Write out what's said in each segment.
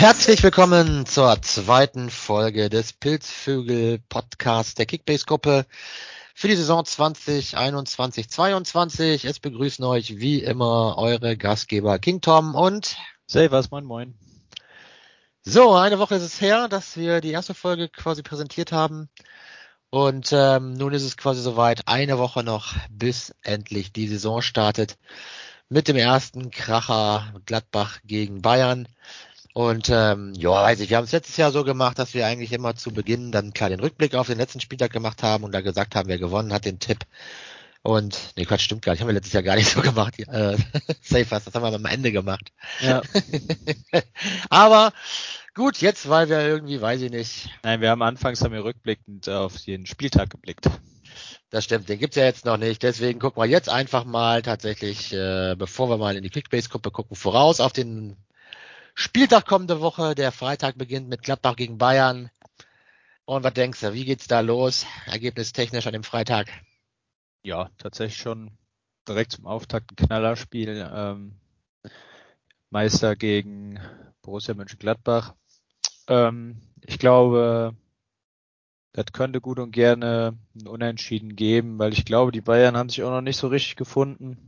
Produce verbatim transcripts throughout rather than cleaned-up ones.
Herzlich willkommen zur zweiten Folge des Pilzvögel-Podcasts der Kickbase-Gruppe für die Saison zwanzig einundzwanzig zweiundzwanzig. Es begrüßen euch wie immer eure Gastgeber King Tom und Servus, moin moin. So, eine Woche ist es her, dass wir die erste Folge quasi präsentiert haben. Und ähm, nun ist es quasi soweit, eine Woche noch, bis endlich die Saison startet mit dem ersten Kracher Gladbach gegen Bayern. Und ähm, ja, weiß ich, wir haben es letztes Jahr so gemacht, dass wir eigentlich immer zu Beginn dann klar den Rückblick auf den letzten Spieltag gemacht haben und da gesagt haben, wer gewonnen hat, den Tipp. Und, nee, Quatsch, stimmt gar nicht, haben wir letztes Jahr gar nicht so gemacht. Äh, safe was, das haben wir am Ende gemacht. Ja. Aber gut, jetzt, weil wir irgendwie, weiß ich nicht. Nein, wir haben anfangs haben wir rückblickend auf den Spieltag geblickt. Das stimmt, den gibt's ja jetzt noch nicht. Deswegen gucken wir jetzt einfach mal tatsächlich, äh, bevor wir mal in die Kickbase-Gruppe gucken, voraus auf den Spieltag kommende Woche. Der Freitag beginnt mit Gladbach gegen Bayern. Und was denkst du, wie geht's da los? Ergebnistechnisch an dem Freitag? Ja, tatsächlich schon direkt zum Auftakt ein Knallerspiel. Ähm, Meister gegen Borussia Mönchengladbach. Ähm, ich glaube, das könnte gut und gerne ein Unentschieden geben, weil ich glaube, die Bayern haben sich auch noch nicht so richtig gefunden.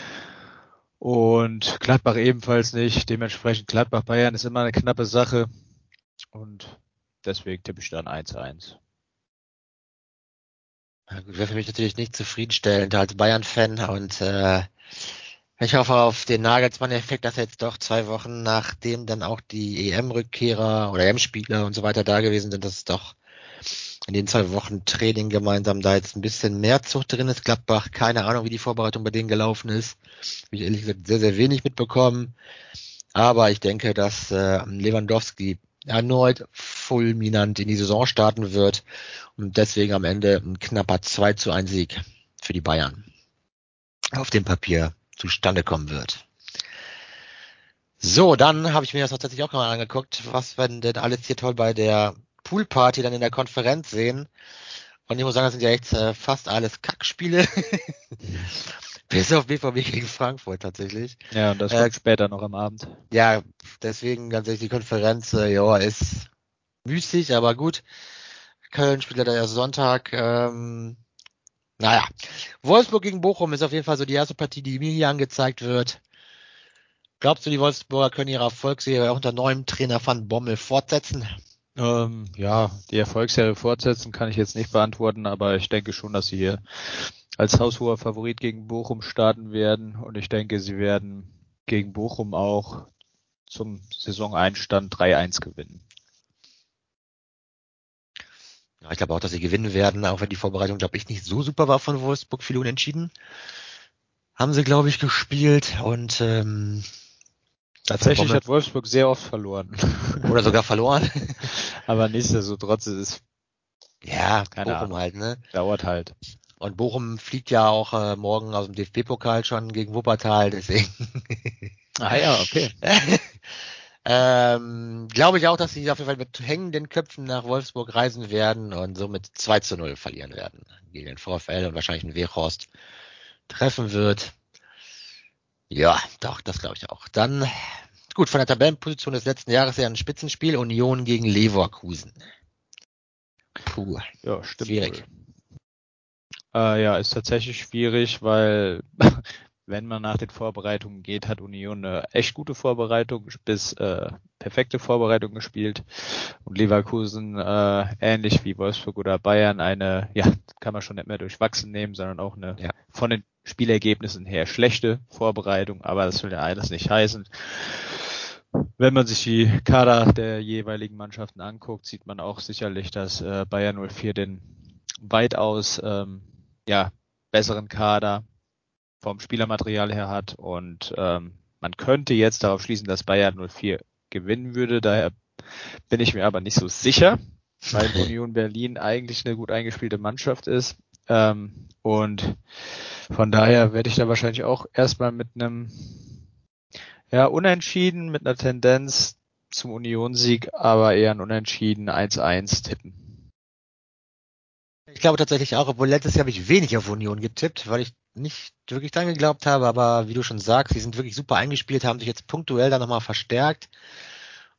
Und Gladbach ebenfalls nicht. Dementsprechend Gladbach-Bayern ist immer eine knappe Sache. Und deswegen tippe ich dann eins eins. Ja, gut, wäre für mich natürlich nicht zufriedenstellend als Bayern-Fan und äh, ich hoffe auf den Nagelsmann-Effekt, dass er jetzt doch zwei Wochen nachdem dann auch die E M-Rückkehrer oder E M-Spieler und so weiter da gewesen sind, dass es doch in den zwei Wochen Training gemeinsam da jetzt ein bisschen mehr Zucht drin ist. Gladbach, keine Ahnung, wie die Vorbereitung bei denen gelaufen ist. Habe ich ehrlich gesagt sehr, sehr wenig mitbekommen. Aber ich denke, dass äh, Lewandowski erneut fulminant in die Saison starten wird und deswegen am Ende ein knapper zwei zu eins Sieg für die Bayern auf dem Papier zustande kommen wird. So, dann habe ich mir das tatsächlich auch mal angeguckt, was wir denn alles hier toll bei der Poolparty dann in der Konferenz sehen. Und ich muss sagen, das sind ja echt äh, fast alles Kackspiele. Bis auf B V B gegen Frankfurt tatsächlich. Ja, und das Äh, kommt später noch am Abend. Ja, deswegen ganz ehrlich, die Konferenz, äh, ja, ist müßig, aber gut. Köln spielt leider erst Sonntag. Ähm, naja, Wolfsburg gegen Bochum ist auf jeden Fall so die erste Partie, die mir hier angezeigt wird. Glaubst du, die Wolfsburger können ihre Erfolgsserie auch unter neuem Trainer Van Bommel fortsetzen? Ähm, ja, die Erfolgsserie fortsetzen kann ich jetzt nicht beantworten, aber ich denke schon, dass sie hier als haushoher Favorit gegen Bochum starten werden und ich denke, sie werden gegen Bochum auch zum Saisoneinstand drei eins gewinnen. Ja, ich glaube auch, dass sie gewinnen werden, auch wenn die Vorbereitung, glaube ich, nicht so super war von Wolfsburg. Viele Unentschieden haben sie, glaube ich, gespielt und ähm, Tatsächlich hat Wolfsburg sehr oft verloren. Oder sogar verloren. Aber nichtsdestotrotz ist es ja, keine Bochum Ahnung. halt, ne? Dauert halt. Und Bochum fliegt ja auch äh, morgen aus dem D F B-Pokal schon gegen Wuppertal, deswegen. Ah ja, okay. ähm, glaube ich auch, dass sie auf jeden Fall mit hängenden Köpfen nach Wolfsburg reisen werden und somit zwei zu null verlieren werden gegen den VfL und wahrscheinlich einen Weghorst treffen wird. Ja, doch, das glaube ich auch. Dann, gut, von der Tabellenposition des letzten Jahres her ein Spitzenspiel, Union gegen Leverkusen. Puh, Ja, stimmt schwierig. Wohl. Äh, ja, ist tatsächlich schwierig, weil wenn man nach den Vorbereitungen geht, hat Union eine echt gute Vorbereitung bis äh, perfekte Vorbereitung gespielt und Leverkusen äh, ähnlich wie Wolfsburg oder Bayern eine, ja, kann man schon nicht mehr durchwachsen nehmen, sondern auch eine Ja. von den Spielergebnissen her schlechte Vorbereitung, aber das will ja alles nicht heißen. Wenn man sich die Kader der jeweiligen Mannschaften anguckt, sieht man auch sicherlich, dass äh, Bayern null vier den weitaus ähm, ja, besseren Kader vom Spielermaterial her hat und ähm, man könnte jetzt darauf schließen, dass Bayern null vier gewinnen würde. Daher bin ich mir aber nicht so sicher, weil Union Berlin eigentlich eine gut eingespielte Mannschaft ist. Ähm, und von daher werde ich da wahrscheinlich auch erstmal mit einem ja, Unentschieden, mit einer Tendenz zum Union-Sieg, aber eher ein Unentschieden eins eins tippen. Ich glaube tatsächlich auch, obwohl letztes Jahr habe ich wenig auf Union getippt, weil ich nicht wirklich dran geglaubt habe, aber wie du schon sagst, sie sind wirklich super eingespielt, haben sich jetzt punktuell da nochmal verstärkt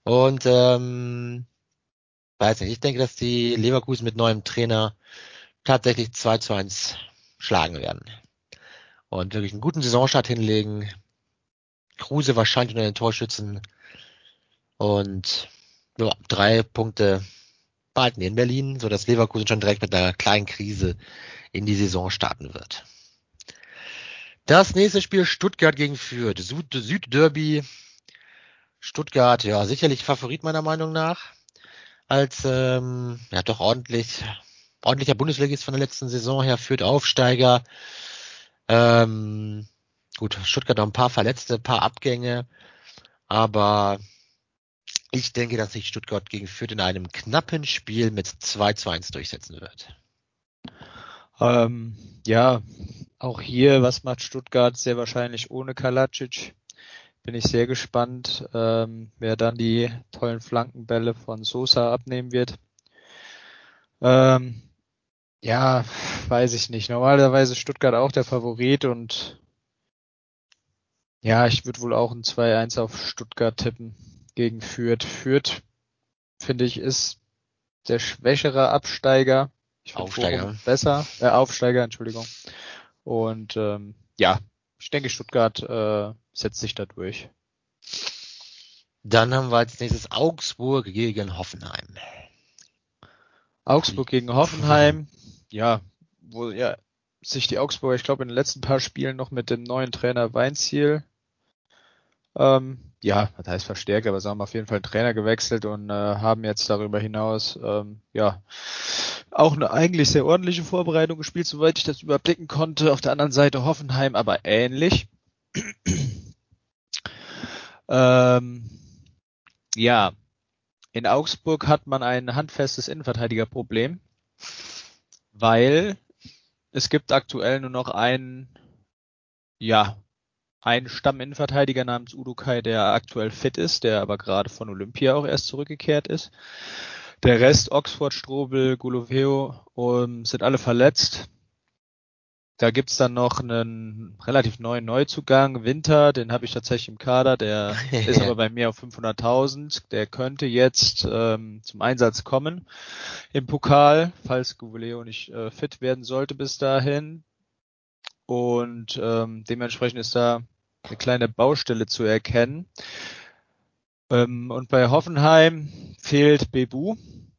Und ähm, weiß nicht, ich denke, dass die Leverkusen mit neuem Trainer tatsächlich zwei zu eins schlagen werden. Und wirklich einen guten Saisonstart hinlegen. Kruse wahrscheinlich unter den Torschützen. Und ja, drei Punkte behalten die in Berlin, sodass Leverkusen schon direkt mit einer kleinen Krise in die Saison starten wird. Das nächste Spiel Stuttgart gegen Fürth. Süd- Südderby. Stuttgart, ja, sicherlich Favorit meiner Meinung nach. Als, ähm, ja, doch ordentlich, ordentlicher Bundesligist von der letzten Saison her, Fürth Aufsteiger. Ähm, gut, Stuttgart noch ein paar Verletzte, ein paar Abgänge. Aber ich denke, dass sich Stuttgart gegen Fürth in einem knappen Spiel mit zwei zu eins durchsetzen wird. Ähm, ja, auch hier, was macht Stuttgart? Sehr wahrscheinlich ohne Kalacic. Bin ich sehr gespannt, ähm, wer dann die tollen Flankenbälle von Sosa abnehmen wird. Ähm, ja, weiß ich nicht. Normalerweise ist Stuttgart auch der Favorit und ja, ich würde wohl auch ein zwei eins auf Stuttgart tippen gegen Fürth. Fürth, finde ich, ist der schwächere Absteiger. Ich finde Bochum Aufsteiger. besser, äh, Aufsteiger, Entschuldigung. Und ähm, ja, ich denke, Stuttgart äh, setzt sich da durch. Dann haben wir als nächstes Augsburg gegen Hoffenheim. Augsburg gegen Hoffenheim, ja, wo ja sich die Augsburger, ich glaube, in den letzten paar Spielen noch mit dem neuen Trainer Weinziel, ähm, ja, das heißt verstärkt, aber sie haben auf jeden Fall einen Trainer gewechselt und äh, haben jetzt darüber hinaus, ähm, ja, auch eine eigentlich sehr ordentliche Vorbereitung gespielt, soweit ich das überblicken konnte. Auf der anderen Seite Hoffenheim aber ähnlich. ähm, ja, in Augsburg hat man ein handfestes Innenverteidigerproblem, weil es gibt aktuell nur noch einen, ja, einen Stamminnenverteidiger namens Udukai, der aktuell fit ist, der aber gerade von Olympia auch erst zurückgekehrt ist. Der Rest, Oxford, Strobel, Guloveo, um, sind alle verletzt. Da gibt's dann noch einen relativ neuen Neuzugang, Winter, den habe ich tatsächlich im Kader, der ist aber bei mir auf fünfhunderttausend. Der könnte jetzt ähm, zum Einsatz kommen im Pokal, falls Guloveo nicht äh, fit werden sollte bis dahin. Und ähm, dementsprechend ist da eine kleine Baustelle zu erkennen. Ähm, und bei Hoffenheim fehlt Bebu,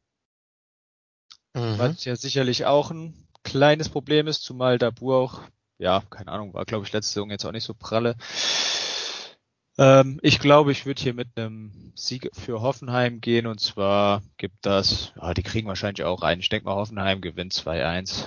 Mhm. was ja sicherlich auch ein kleines Problem ist, zumal Dabur auch, ja, keine Ahnung, war glaube ich letzte Saison jetzt auch nicht so pralle. Ähm, ich glaube, ich würde hier mit einem Sieg für Hoffenheim gehen und zwar gibt das, ja, die kriegen wahrscheinlich auch rein. Ich denke mal, Hoffenheim gewinnt zwei eins.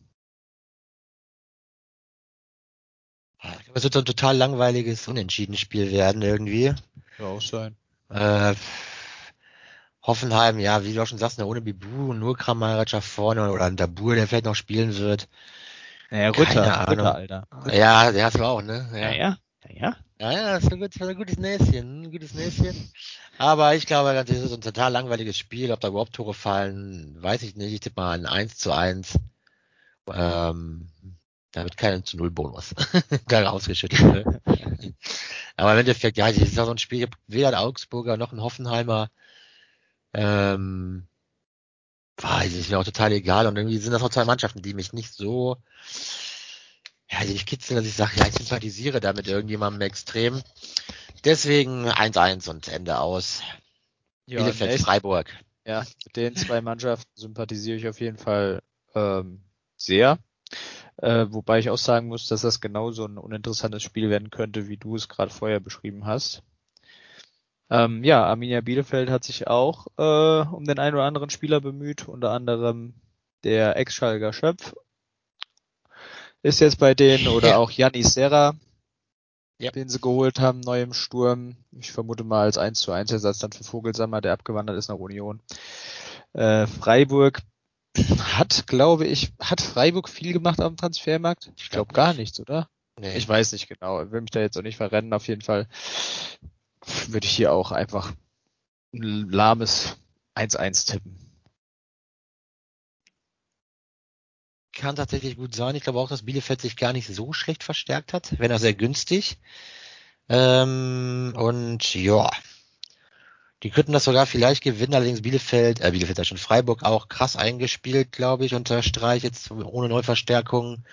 Es wird so ein total langweiliges Unentschieden-Spiel werden irgendwie. Kann auch sein. Äh, Hoffenheim, ja, wie du auch schon sagst, ne, ohne Bibu, nur Kramaric vorne oder ein Dabur, der vielleicht noch spielen wird. Naja, Rütter, Keine Rütter, Ahnung. Alter. Rütter. Ja, der hast du auch, ne? Ja, Ja. ja, ja, ja. Ja, ja, das ist ein, gut, ein gutes Näschen, ein gutes Näschen. Aber ich glaube, ganz ehrlich, das ist ein total langweiliges Spiel. Ob da überhaupt Tore fallen, weiß ich nicht. Ich tippe mal ein eins zu eins. Ähm, da wird kein zu null Bonus da rausgeschüttet. Ne? Aber im Endeffekt, ja, das ist ja so ein Spiel, ich hab weder ein Augsburger noch ein Hoffenheimer. Ähm, weiß ich, ist mir auch total egal. Und irgendwie sind das auch zwei Mannschaften, die mich nicht so, ja, die mich kitzeln, dass ich sage, ja, ich sympathisiere da mit irgendjemandem extrem. Deswegen eins eins und Ende aus. Ja, Bielefeld, nächst, Freiburg. ja, mit den zwei Mannschaften sympathisiere ich auf jeden Fall ähm, sehr. Äh, wobei ich auch sagen muss, dass das genauso ein uninteressantes Spiel werden könnte, wie du es gerade vorher beschrieben hast. Ähm, ja, Arminia Bielefeld hat sich auch äh, um den einen oder anderen Spieler bemüht, unter anderem der Ex-Schalker Schöpf ist jetzt bei denen oder Ja, auch Yannis Serra, ja. den sie geholt haben, neu im Sturm. Ich vermute mal als eins zu eins Ersatz dann für Vogelsammer, der abgewandert ist nach Union. Äh, Freiburg hat, glaube ich, hat Freiburg viel gemacht auf dem Transfermarkt? Ich Ich glaube glaube gar nicht. nichts, oder? Nee. Ich weiß nicht genau. Ich will mich da jetzt auch nicht verrennen. Auf jeden Fall würde ich hier auch einfach ein lahmes eins eins tippen. Kann tatsächlich gut sein. Ich glaube auch, dass Bielefeld sich gar nicht so schlecht verstärkt hat, wenn auch sehr günstig. Ähm, und ja, Die könnten das sogar vielleicht gewinnen, allerdings Bielefeld, äh, Bielefeld ist schon Freiburg auch krass eingespielt, glaube ich, unter Streich, jetzt ohne Neuverstärkung.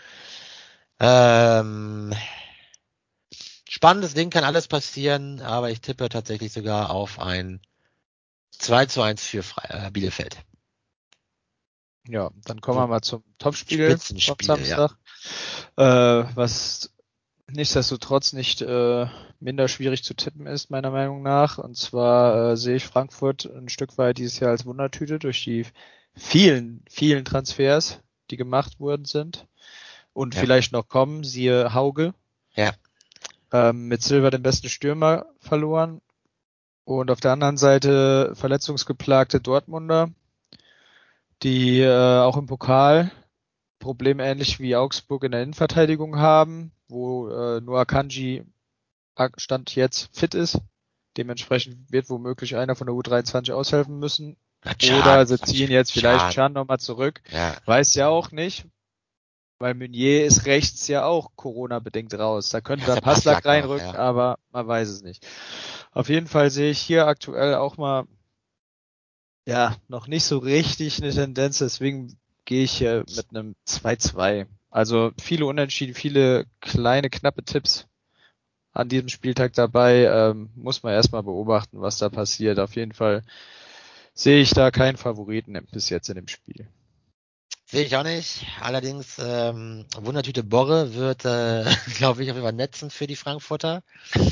Ähm, spannendes Ding, kann alles passieren, aber ich tippe tatsächlich sogar auf ein zwei zu eins für Fre- äh, Bielefeld. Ja, dann kommen wir mal zum Topspiel vom Spitzenspiel, Samstag, ja. äh, was nichtsdestotrotz nicht äh, minder schwierig zu tippen ist, meiner Meinung nach. Und zwar äh, sehe ich Frankfurt ein Stück weit dieses Jahr als Wundertüte durch die vielen, vielen Transfers, die gemacht worden sind und Ja. vielleicht noch kommen, siehe Hauge. Ja. Ähm, mit Silva den besten Stürmer verloren. Und auf der anderen Seite verletzungsgeplagte Dortmunder, die äh, auch im Pokal problemähnlich wie Augsburg in der Innenverteidigung haben, wo äh, nur Akanji Stand jetzt fit ist. Dementsprechend wird womöglich einer von der U dreiundzwanzig aushelfen müssen. Na, Can, Oder sie ziehen jetzt vielleicht Can. Can nochmal zurück. Ja. Weiß ja auch nicht, weil Meunier ist rechts ja auch Corona-bedingt raus. Da könnte Ja, dann Passlack Passlack reinrücken, noch, ja. aber man weiß es nicht. Auf jeden Fall sehe ich hier aktuell auch mal ja noch nicht so richtig eine Tendenz, deswegen gehe ich hier mit einem zwei zwei. Also viele Unentschieden, viele kleine, knappe Tipps an diesem Spieltag dabei. Ähm, muss man erstmal beobachten, was da passiert. Auf jeden Fall sehe ich da keinen Favoriten bis jetzt in dem Spiel. Sehe ich auch nicht. Allerdings, ähm, Wundertüte Borre wird, äh, glaube ich, auf jeden Fall netzen für die Frankfurter.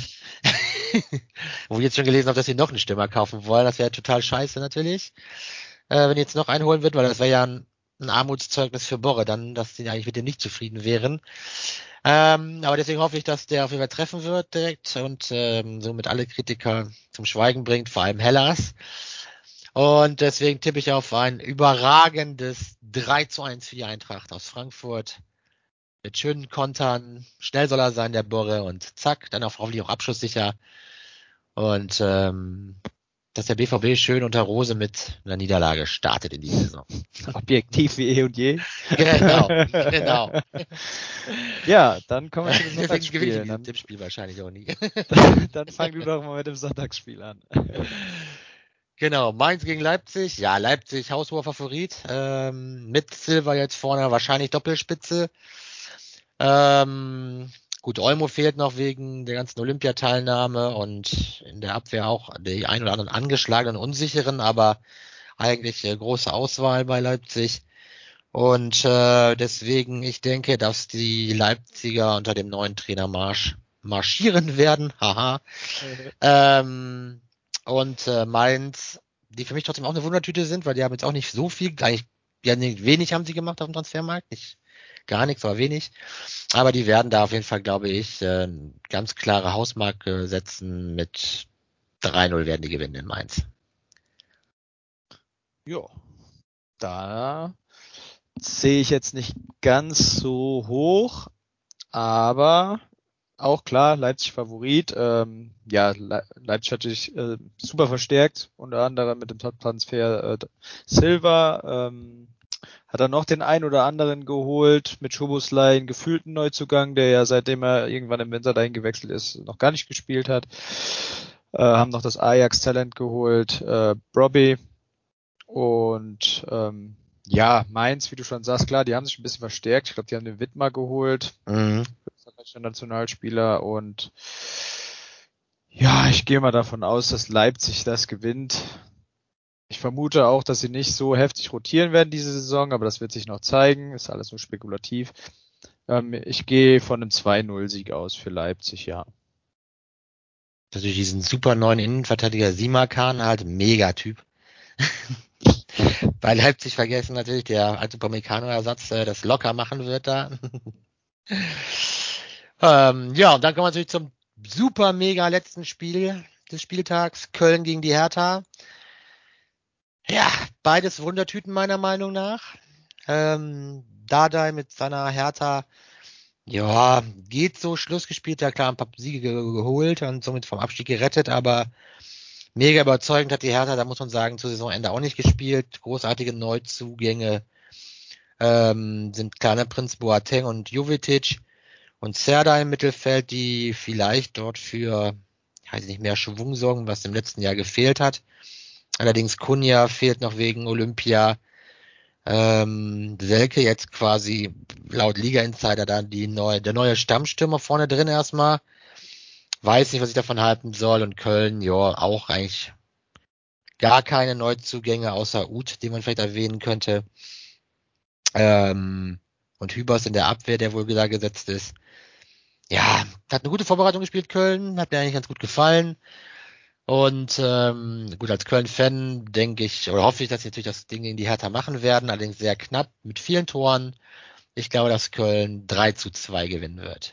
Wo ich jetzt schon gelesen habe, dass sie noch einen Stürmer kaufen wollen. Das wäre total scheiße natürlich, äh, wenn jetzt noch einholen wird, weil das wäre ja ein, ein Armutszeugnis für Borre, dann, dass sie eigentlich mit dem nicht zufrieden wären. Ähm, aber deswegen hoffe ich, dass der auf jeden Fall treffen wird direkt und ähm, somit alle Kritiker zum Schweigen bringt, vor allem Hellas. Und deswegen tippe ich auf ein überragendes drei zu eins für die Eintracht aus Frankfurt. Mit schönen Kontern. Schnell soll er sein, der Borre. Und zack, dann auch hoffentlich auch abschusssicher. Und ähm, dass der B V B schön unter Rose mit einer Niederlage startet in die Saison. Objektiv wie eh und je. Genau, genau. Ja, dann kommen wir zu dem Deswegen gewinne ich Sonntagsspiel. in diesem Dann, Tippspiel wahrscheinlich auch nie. dann fang du doch mal mit dem Sonntagsspiel an. Genau, Mainz gegen Leipzig. Ja, Leipzig, haushoher Favorit. Ähm, mit Silva jetzt vorne wahrscheinlich Doppelspitze. Ähm, gut, Olmo fehlt noch wegen der ganzen Olympiateilnahme und in der Abwehr auch die ein oder anderen angeschlagenen, unsicheren, aber eigentlich äh, große Auswahl bei Leipzig. Und äh, deswegen, ich denke, dass die Leipziger unter dem neuen Trainer Marsch marschieren werden. Haha. Ähm, und äh, Mainz, die für mich trotzdem auch eine Wundertüte sind, weil die haben jetzt auch nicht so viel, eigentlich ja, nicht, wenig haben sie gemacht auf dem Transfermarkt, nicht gar nichts, aber wenig. Aber die werden da auf jeden Fall, glaube ich, äh, ganz klare Hausmarke setzen. Mit drei null werden die gewinnen in Mainz. Ja, da sehe ich jetzt nicht ganz so hoch, aber auch klar, Leipzig Favorit. Ähm, ja, Le Leipzig hat sich äh, super verstärkt, unter anderem mit dem Top-Transfer äh, Silva. Ähm, hat er noch den einen oder anderen geholt mit Szoboszlai, einen gefühlten Neuzugang, der ja seitdem er irgendwann im Winter dahin gewechselt ist, noch gar nicht gespielt hat. Äh, haben noch das Ajax-Talent geholt, äh, Brobby. Und ähm, ja, Mainz, wie du schon sagst, klar, die haben sich ein bisschen verstärkt. Ich glaube, die haben den Wittmer geholt, Mhm. Nationalspieler. Und ja, ich gehe mal davon aus, dass Leipzig das gewinnt. Ich vermute auch, dass sie nicht so heftig rotieren werden diese Saison, aber das wird sich noch zeigen. Ist alles nur spekulativ. Ähm, ich gehe von einem zwei null Sieg aus für Leipzig, ja. Natürlich diesen super neuen Innenverteidiger Simakan, halt Megatyp. Bei Leipzig vergessen natürlich der alte Upamecano-Ersatz, äh, das locker machen wird da. ähm, ja, und dann kommen wir natürlich zum super mega letzten Spiel des Spieltags. Köln gegen die Hertha. Ja, beides Wundertüten meiner Meinung nach. Ähm, Dardai mit seiner Hertha, ja, geht so, Schluss gespielt, ja klar, ein paar Siege ge geholt und somit vom Abstieg gerettet, aber mega überzeugend hat die Hertha, da muss man sagen, zu Saisonende auch nicht gespielt. Großartige Neuzugänge ähm, sind kleiner Prinz Boateng und Jovetic und Serdar im Mittelfeld, die vielleicht dort für weiß ich nicht, mehr Schwung sorgen, was im letzten Jahr gefehlt hat. Allerdings Kunja fehlt noch wegen Olympia. Ähm, Selke jetzt quasi laut Liga Insider dann die neue, der neue Stammstürmer vorne drin erstmal. Weiß nicht, was ich davon halten soll. Und Köln, ja, auch eigentlich gar keine Neuzugänge außer Uth, den man vielleicht erwähnen könnte. Ähm, und Hübers in der Abwehr, der wohl da gesetzt ist. Ja, hat eine gute Vorbereitung gespielt, Köln. Hat mir eigentlich ganz gut gefallen. Und ähm, gut, als Köln-Fan denke ich, oder hoffe ich, dass sie natürlich das Ding gegen die Hertha machen werden, allerdings sehr knapp, mit vielen Toren. Ich glaube, dass Köln drei zu zwei gewinnen wird.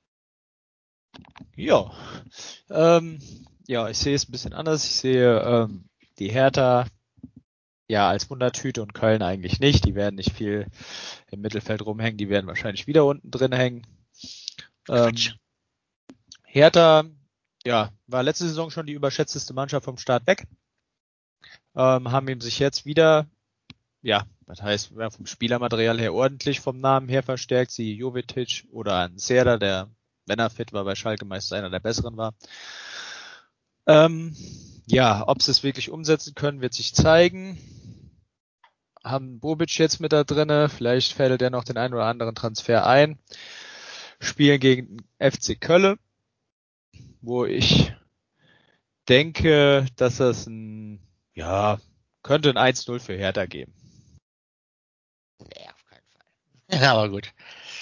Ja, ähm, ja, ich sehe es ein bisschen anders. Ich sehe ähm, die Hertha ja als Wundertüte und Köln eigentlich nicht. Die werden nicht viel im Mittelfeld rumhängen. Die werden wahrscheinlich wieder unten drin hängen. Ähm, Hertha, ja, war letzte Saison schon die überschätzteste Mannschaft vom Start weg. Ähm, haben ihm sich jetzt wieder, ja, das heißt, ja, vom Spielermaterial her ordentlich vom Namen her verstärkt. Sie Jovetic oder ein Serda, der, wenn er fit war, bei Schalke meist einer der besseren war. Ähm, ja, ob sie es wirklich umsetzen können, wird sich zeigen. Haben Bobic jetzt mit da drinne, vielleicht fädelt er noch den einen oder anderen Transfer ein. Spielen gegen F C Köln, wo ich denke, dass das ein, ja, könnte ein eins null für Hertha geben. Nee, auf keinen Fall. Ja, aber gut.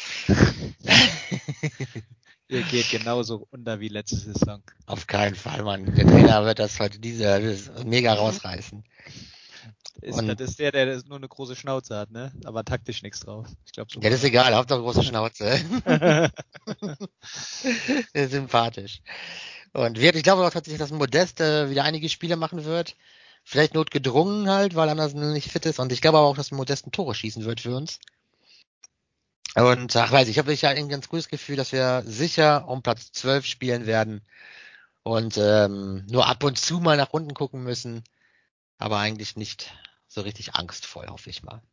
Ihr geht genauso unter wie letzte Saison. Auf keinen Fall, Mann. Der Trainer wird das heute diese das mega rausreißen. Ist, Und das ist der, der nur eine große Schnauze hat, ne? Aber taktisch nichts drauf. Ich glaube, so ja, das ist war egal, Hauptsache große Schnauze. das. Sympathisch. Und wird, ich glaube auch tatsächlich, dass Modest äh, wieder einige Spiele machen wird. Vielleicht notgedrungen halt, weil Andersen nicht fit ist. Und ich glaube aber auch, dass Modest ein Tore schießen wird für uns. Und ach weiß ich, ich habe ja ein ganz gutes Gefühl, dass wir sicher um Platz zwölf spielen werden und ähm, nur ab und zu mal nach unten gucken müssen, aber eigentlich nicht so richtig angstvoll, hoffe ich mal.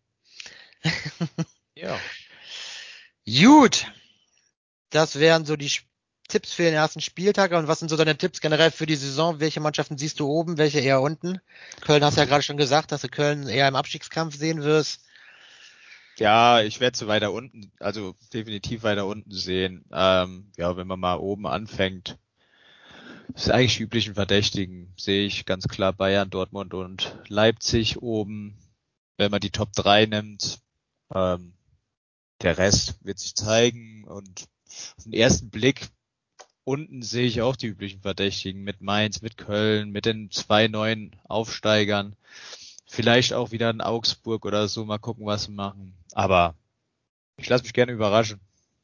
Ja. Gut, das wären so die Sp- Tipps für den ersten Spieltag. Und was sind so deine Tipps generell für die Saison? Welche Mannschaften siehst du oben, welche eher unten? Köln hast du ja gerade schon gesagt, dass du Köln eher im Abstiegskampf sehen wirst. Ja, ich werde sie weiter unten, also definitiv weiter unten sehen. Ähm, ja, wenn man mal oben anfängt, ist eigentlich die üblichen Verdächtigen, sehe ich ganz klar Bayern, Dortmund und Leipzig oben. Wenn man die Top drei nimmt, ähm, der Rest wird sich zeigen und auf den ersten Blick unten sehe ich auch die üblichen Verdächtigen mit Mainz, mit Köln, mit den zwei neuen Aufsteigern. Vielleicht auch wieder in Augsburg oder so, mal gucken, was sie machen. Aber ich lasse mich gerne überraschen.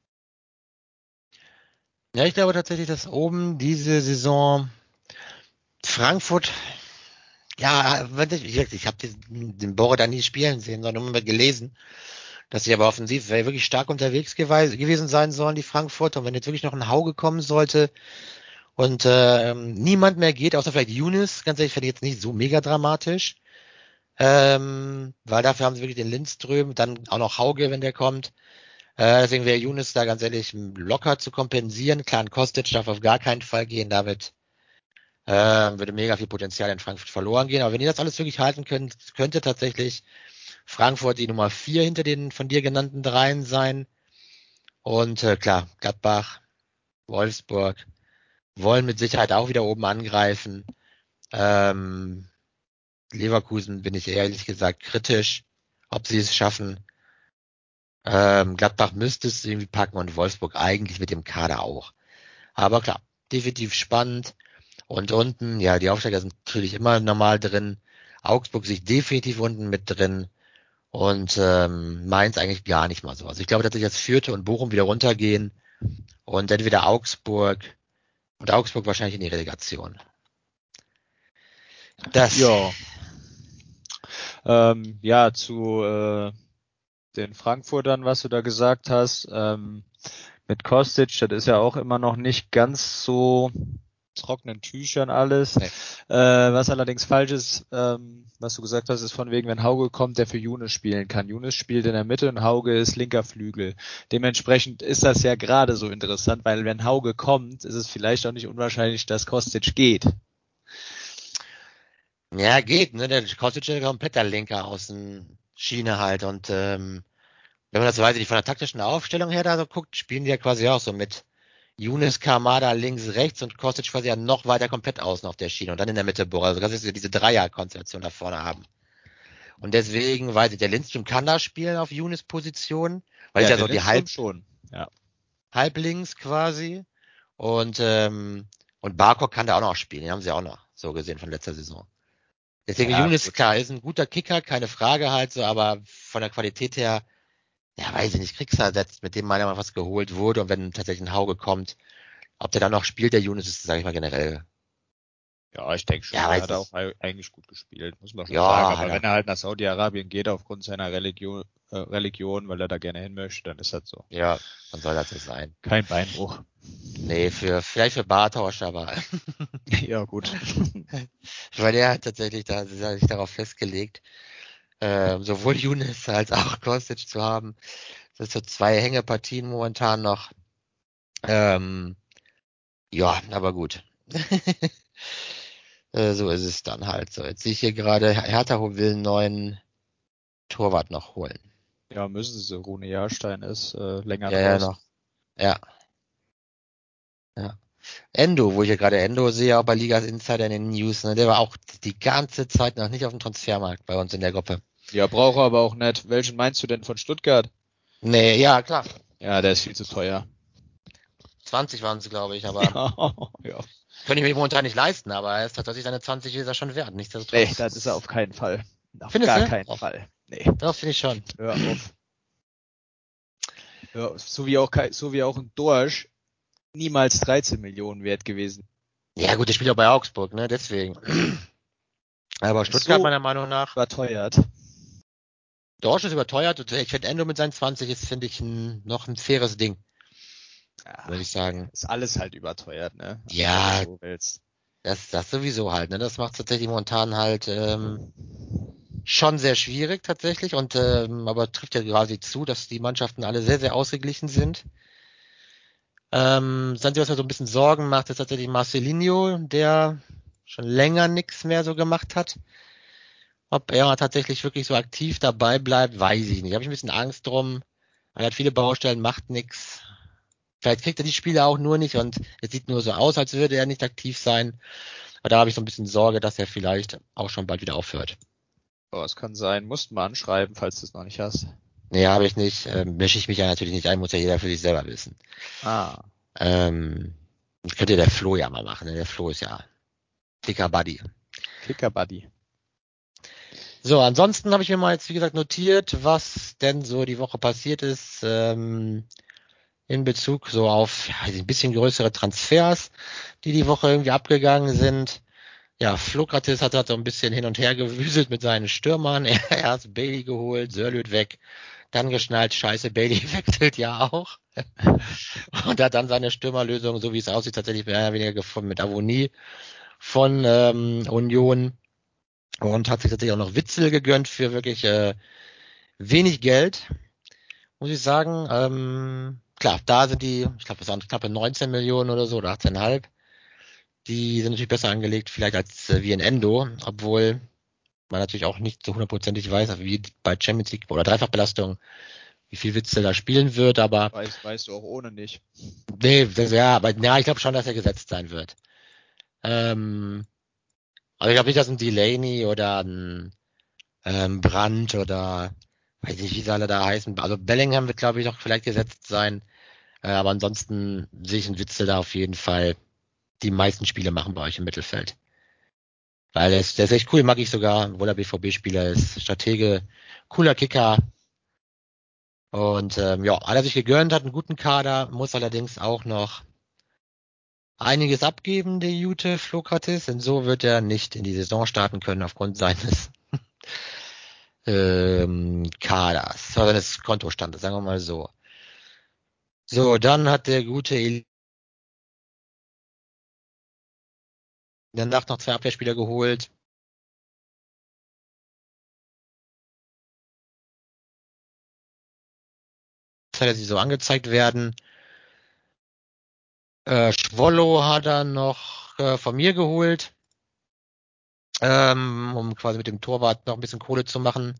Ja, ich glaube tatsächlich, dass oben diese Saison Frankfurt, ja, wenn ich, ich, ich habe den, den Borre da nie spielen sehen, sondern immer gelesen, dass sie aber offensiv wirklich stark unterwegs gewe- gewesen sein sollen, die Frankfurter. Und wenn jetzt wirklich noch ein Hauge kommen sollte und äh, niemand mehr geht, außer vielleicht Younes, ganz ehrlich, fände ich jetzt nicht so mega dramatisch. Ähm, weil dafür haben sie wirklich den Lindström, dann auch noch Hauge, wenn der kommt. Äh, deswegen wäre Younes da ganz ehrlich locker zu kompensieren. Klar, ein Kostic darf auf gar keinen Fall gehen, damit äh, würde mega viel Potenzial in Frankfurt verloren gehen. Aber wenn die das alles wirklich halten können, könnte tatsächlich Frankfurt die Nummer vier hinter den von dir genannten dreien sein. Und äh, klar, Gladbach, Wolfsburg wollen mit Sicherheit auch wieder oben angreifen. Ähm, Leverkusen bin ich ehrlich gesagt kritisch, ob sie es schaffen. Ähm, Gladbach müsste es irgendwie packen und Wolfsburg eigentlich mit dem Kader auch. Aber klar, definitiv spannend. Und unten, ja, die Aufsteiger sind natürlich immer normal drin. Augsburg sich definitiv unten mit drin. Und ähm, Mainz eigentlich gar nicht mal so. Also ich glaube tatsächlich, dass Fürth und Bochum wieder runtergehen und entweder Augsburg und Augsburg wahrscheinlich in die Relegation. Das, Ja, ähm, ja, zu äh, den Frankfurtern, was du da gesagt hast, ähm, mit Kostic, das ist ja auch immer noch nicht ganz so trockenen Tüchern alles. Nee. Äh, was allerdings falsch ist, ähm, was du gesagt hast, ist von wegen, wenn Hauge kommt, der für Younes spielen kann. Younes spielt in der Mitte und Hauge ist linker Flügel. Dementsprechend ist das ja gerade so interessant, weil wenn Hauge kommt, ist es vielleicht auch nicht unwahrscheinlich, dass Kostic geht. Ja, geht, ne? Der Kostic ist ein kompletter linker Außenschiene halt. Und ähm, wenn man das weiß, ich nicht von der taktischen Aufstellung her da so guckt, spielen die ja quasi auch so mit Younes, Kamada links, rechts und Kostic quasi ja noch weiter komplett außen auf der Schiene und dann in der Mitte Borre. Also das ist so diese Dreier-Konstellation da vorne haben. Und deswegen weiß ich, der Lindström kann da spielen auf Younes Position, weil Ja, ist ja der so die Lindström Halb, schon. Ja. Halblinks quasi. Und, ähm, und Barkok kann da auch noch spielen, den haben sie auch noch so gesehen von letzter Saison. Deswegen Ja, Younes, gut. klar, ist ein guter Kicker, keine Frage halt so, aber von der Qualität her, ja, weiß ich nicht, Kriegsersetzt, mit dem meiner Meinung nach was geholt wurde und wenn tatsächlich ein Hauge kommt, ob der dann noch spielt, der Younes ist, sage ich mal, generell. Ja, ich denke schon, Ja, der weiß hat auch nicht. eigentlich gut gespielt, muss man schon sagen. Ja, hat Aber wenn er. er halt nach Saudi-Arabien geht aufgrund seiner Religion, äh, Religion, weil er da gerne hin möchte, dann ist das so. Ja, dann soll das so sein. Kein Beinbruch. Nee, für, vielleicht für Bartosch, aber Ja, gut. weil der hat tatsächlich da, sich darauf festgelegt, äh, sowohl Younes als auch Kostic zu haben. Das sind so zwei Hängepartien momentan noch. Ähm, ja, aber gut. äh, so ist es dann halt so. Jetzt sehe ich hier gerade, Hertha will einen neuen Torwart noch holen. Ja, müssen sie. Rune Jahrstein ist äh, länger Ja, ja, draußen. noch. Ja, ja. Endo, wo ich ja gerade Endo sehe, auch bei Ligas Insider in den News, ne, der war auch die ganze Zeit noch nicht auf dem Transfermarkt bei uns in der Gruppe. Ja, braucht er aber auch nicht. Welchen meinst du denn von Stuttgart? Nee, ja, klar. Ja, der ist viel zu teuer. zwanzig waren es, glaube ich, aber Ja, ja. könnte ich mir momentan nicht leisten, aber er ist tatsächlich seine zwanzig ist er schon wert, Nee, nichtsdestotrotz. das ist er auf keinen Fall. Auf Findest gar du? keinen Oh, Fall. Nee, doch, finde ich schon. hör auf. Ja, so wie auch so wie auch ein Dorsch niemals dreizehn Millionen wert gewesen. Ja, gut, der spielt auch bei Augsburg, ne, deswegen. Aber Stuttgart So meiner Meinung nach, überteuert. Dorsch ist überteuert. Ich finde Endo mit seinen zwanzig ist, finde ich, ein, noch ein faires Ding, muss Ach, ich sagen. ist alles halt überteuert, ne? Also wenn du Ja, so willst. das, das sowieso halt, ne, das macht tatsächlich momentan halt, ähm, schon sehr schwierig tatsächlich und ähm, aber trifft ja quasi zu, dass die Mannschaften alle sehr, sehr ausgeglichen sind. Ähm, das Einzige, was mir so ein bisschen Sorgen macht, ist tatsächlich Marcelinho, der schon länger nichts mehr so gemacht hat. Ob er tatsächlich wirklich so aktiv dabei bleibt, weiß ich nicht. Habe ich ein bisschen Angst drum. Er hat viele Baustellen, macht nichts. Vielleicht kriegt er die Spiele auch nur nicht und es sieht nur so aus, als würde er nicht aktiv sein. Aber da habe ich so ein bisschen Sorge, dass er vielleicht auch schon bald wieder aufhört. Oh, es kann sein. Musst mal anschreiben, falls du es noch nicht hast. Nee, habe ich nicht. Ähm, mische ich mich ja natürlich nicht ein, muss ja jeder für sich selber wissen. Ah, Ähm, das könnte der Flo ja mal machen. Ne? Der Flo ist ja dicker Buddy. Kicker Buddy. So, ansonsten habe ich mir mal jetzt, wie gesagt, notiert, was denn so die Woche passiert ist, ähm, in Bezug so auf ja, ein bisschen größere Transfers, die die Woche irgendwie abgegangen sind. Ja, Flokratis hat, hat so ein bisschen hin und her gewüselt mit seinen Stürmern. Er hat Bailey geholt, Sörlöt weg, dann geschnallt, scheiße, Bailey wechselt ja auch. Und hat dann seine Stürmerlösung, so wie es aussieht, tatsächlich mehr oder weniger gefunden mit Avonie von ähm, Union und hat sich tatsächlich auch noch Witzel gegönnt für wirklich äh, wenig Geld, muss ich sagen. Ähm, klar, da sind die, ich glaube, das waren knappe neunzehn Millionen oder so, oder achtzehn Komma fünf. Die sind natürlich besser angelegt, vielleicht als äh, wie in Endo, obwohl man natürlich auch nicht so hundertprozentig weiß, wie bei Champions League oder Dreifachbelastung, wie viel Witzel da spielen wird, aber Weiß, weißt du auch ohne nicht. nee, das, ja, aber ja, ich glaube schon, dass er gesetzt sein wird. Ähm, aber ich glaube nicht, dass ein Delaney oder ein ähm, Brandt oder weiß nicht, wie sie alle da heißen. Also Bellingham wird, glaube ich, noch vielleicht gesetzt sein. Äh, aber ansonsten sehe ich einen Witzel da auf jeden Fall die meisten Spiele machen bei euch im Mittelfeld. Weil der ist, der ist echt cool, mag ich sogar, obwohl er B V B-Spieler ist. Stratege, cooler Kicker. Und ähm, ja, hat er sich gegönnt, hat einen guten Kader, muss allerdings auch noch einiges abgeben, der Jute Flokratis. Und so wird er nicht in die Saison starten können aufgrund seines ähm, Kaders, oder seines Kontostandes, sagen wir mal so. So, dann hat der gute in der Nacht noch zwei Abwehrspieler geholt. Das hat er sich so angezeigt werden. Äh, Schwollo hat er noch äh, von mir geholt, ähm, um quasi mit dem Torwart noch ein bisschen Kohle zu machen.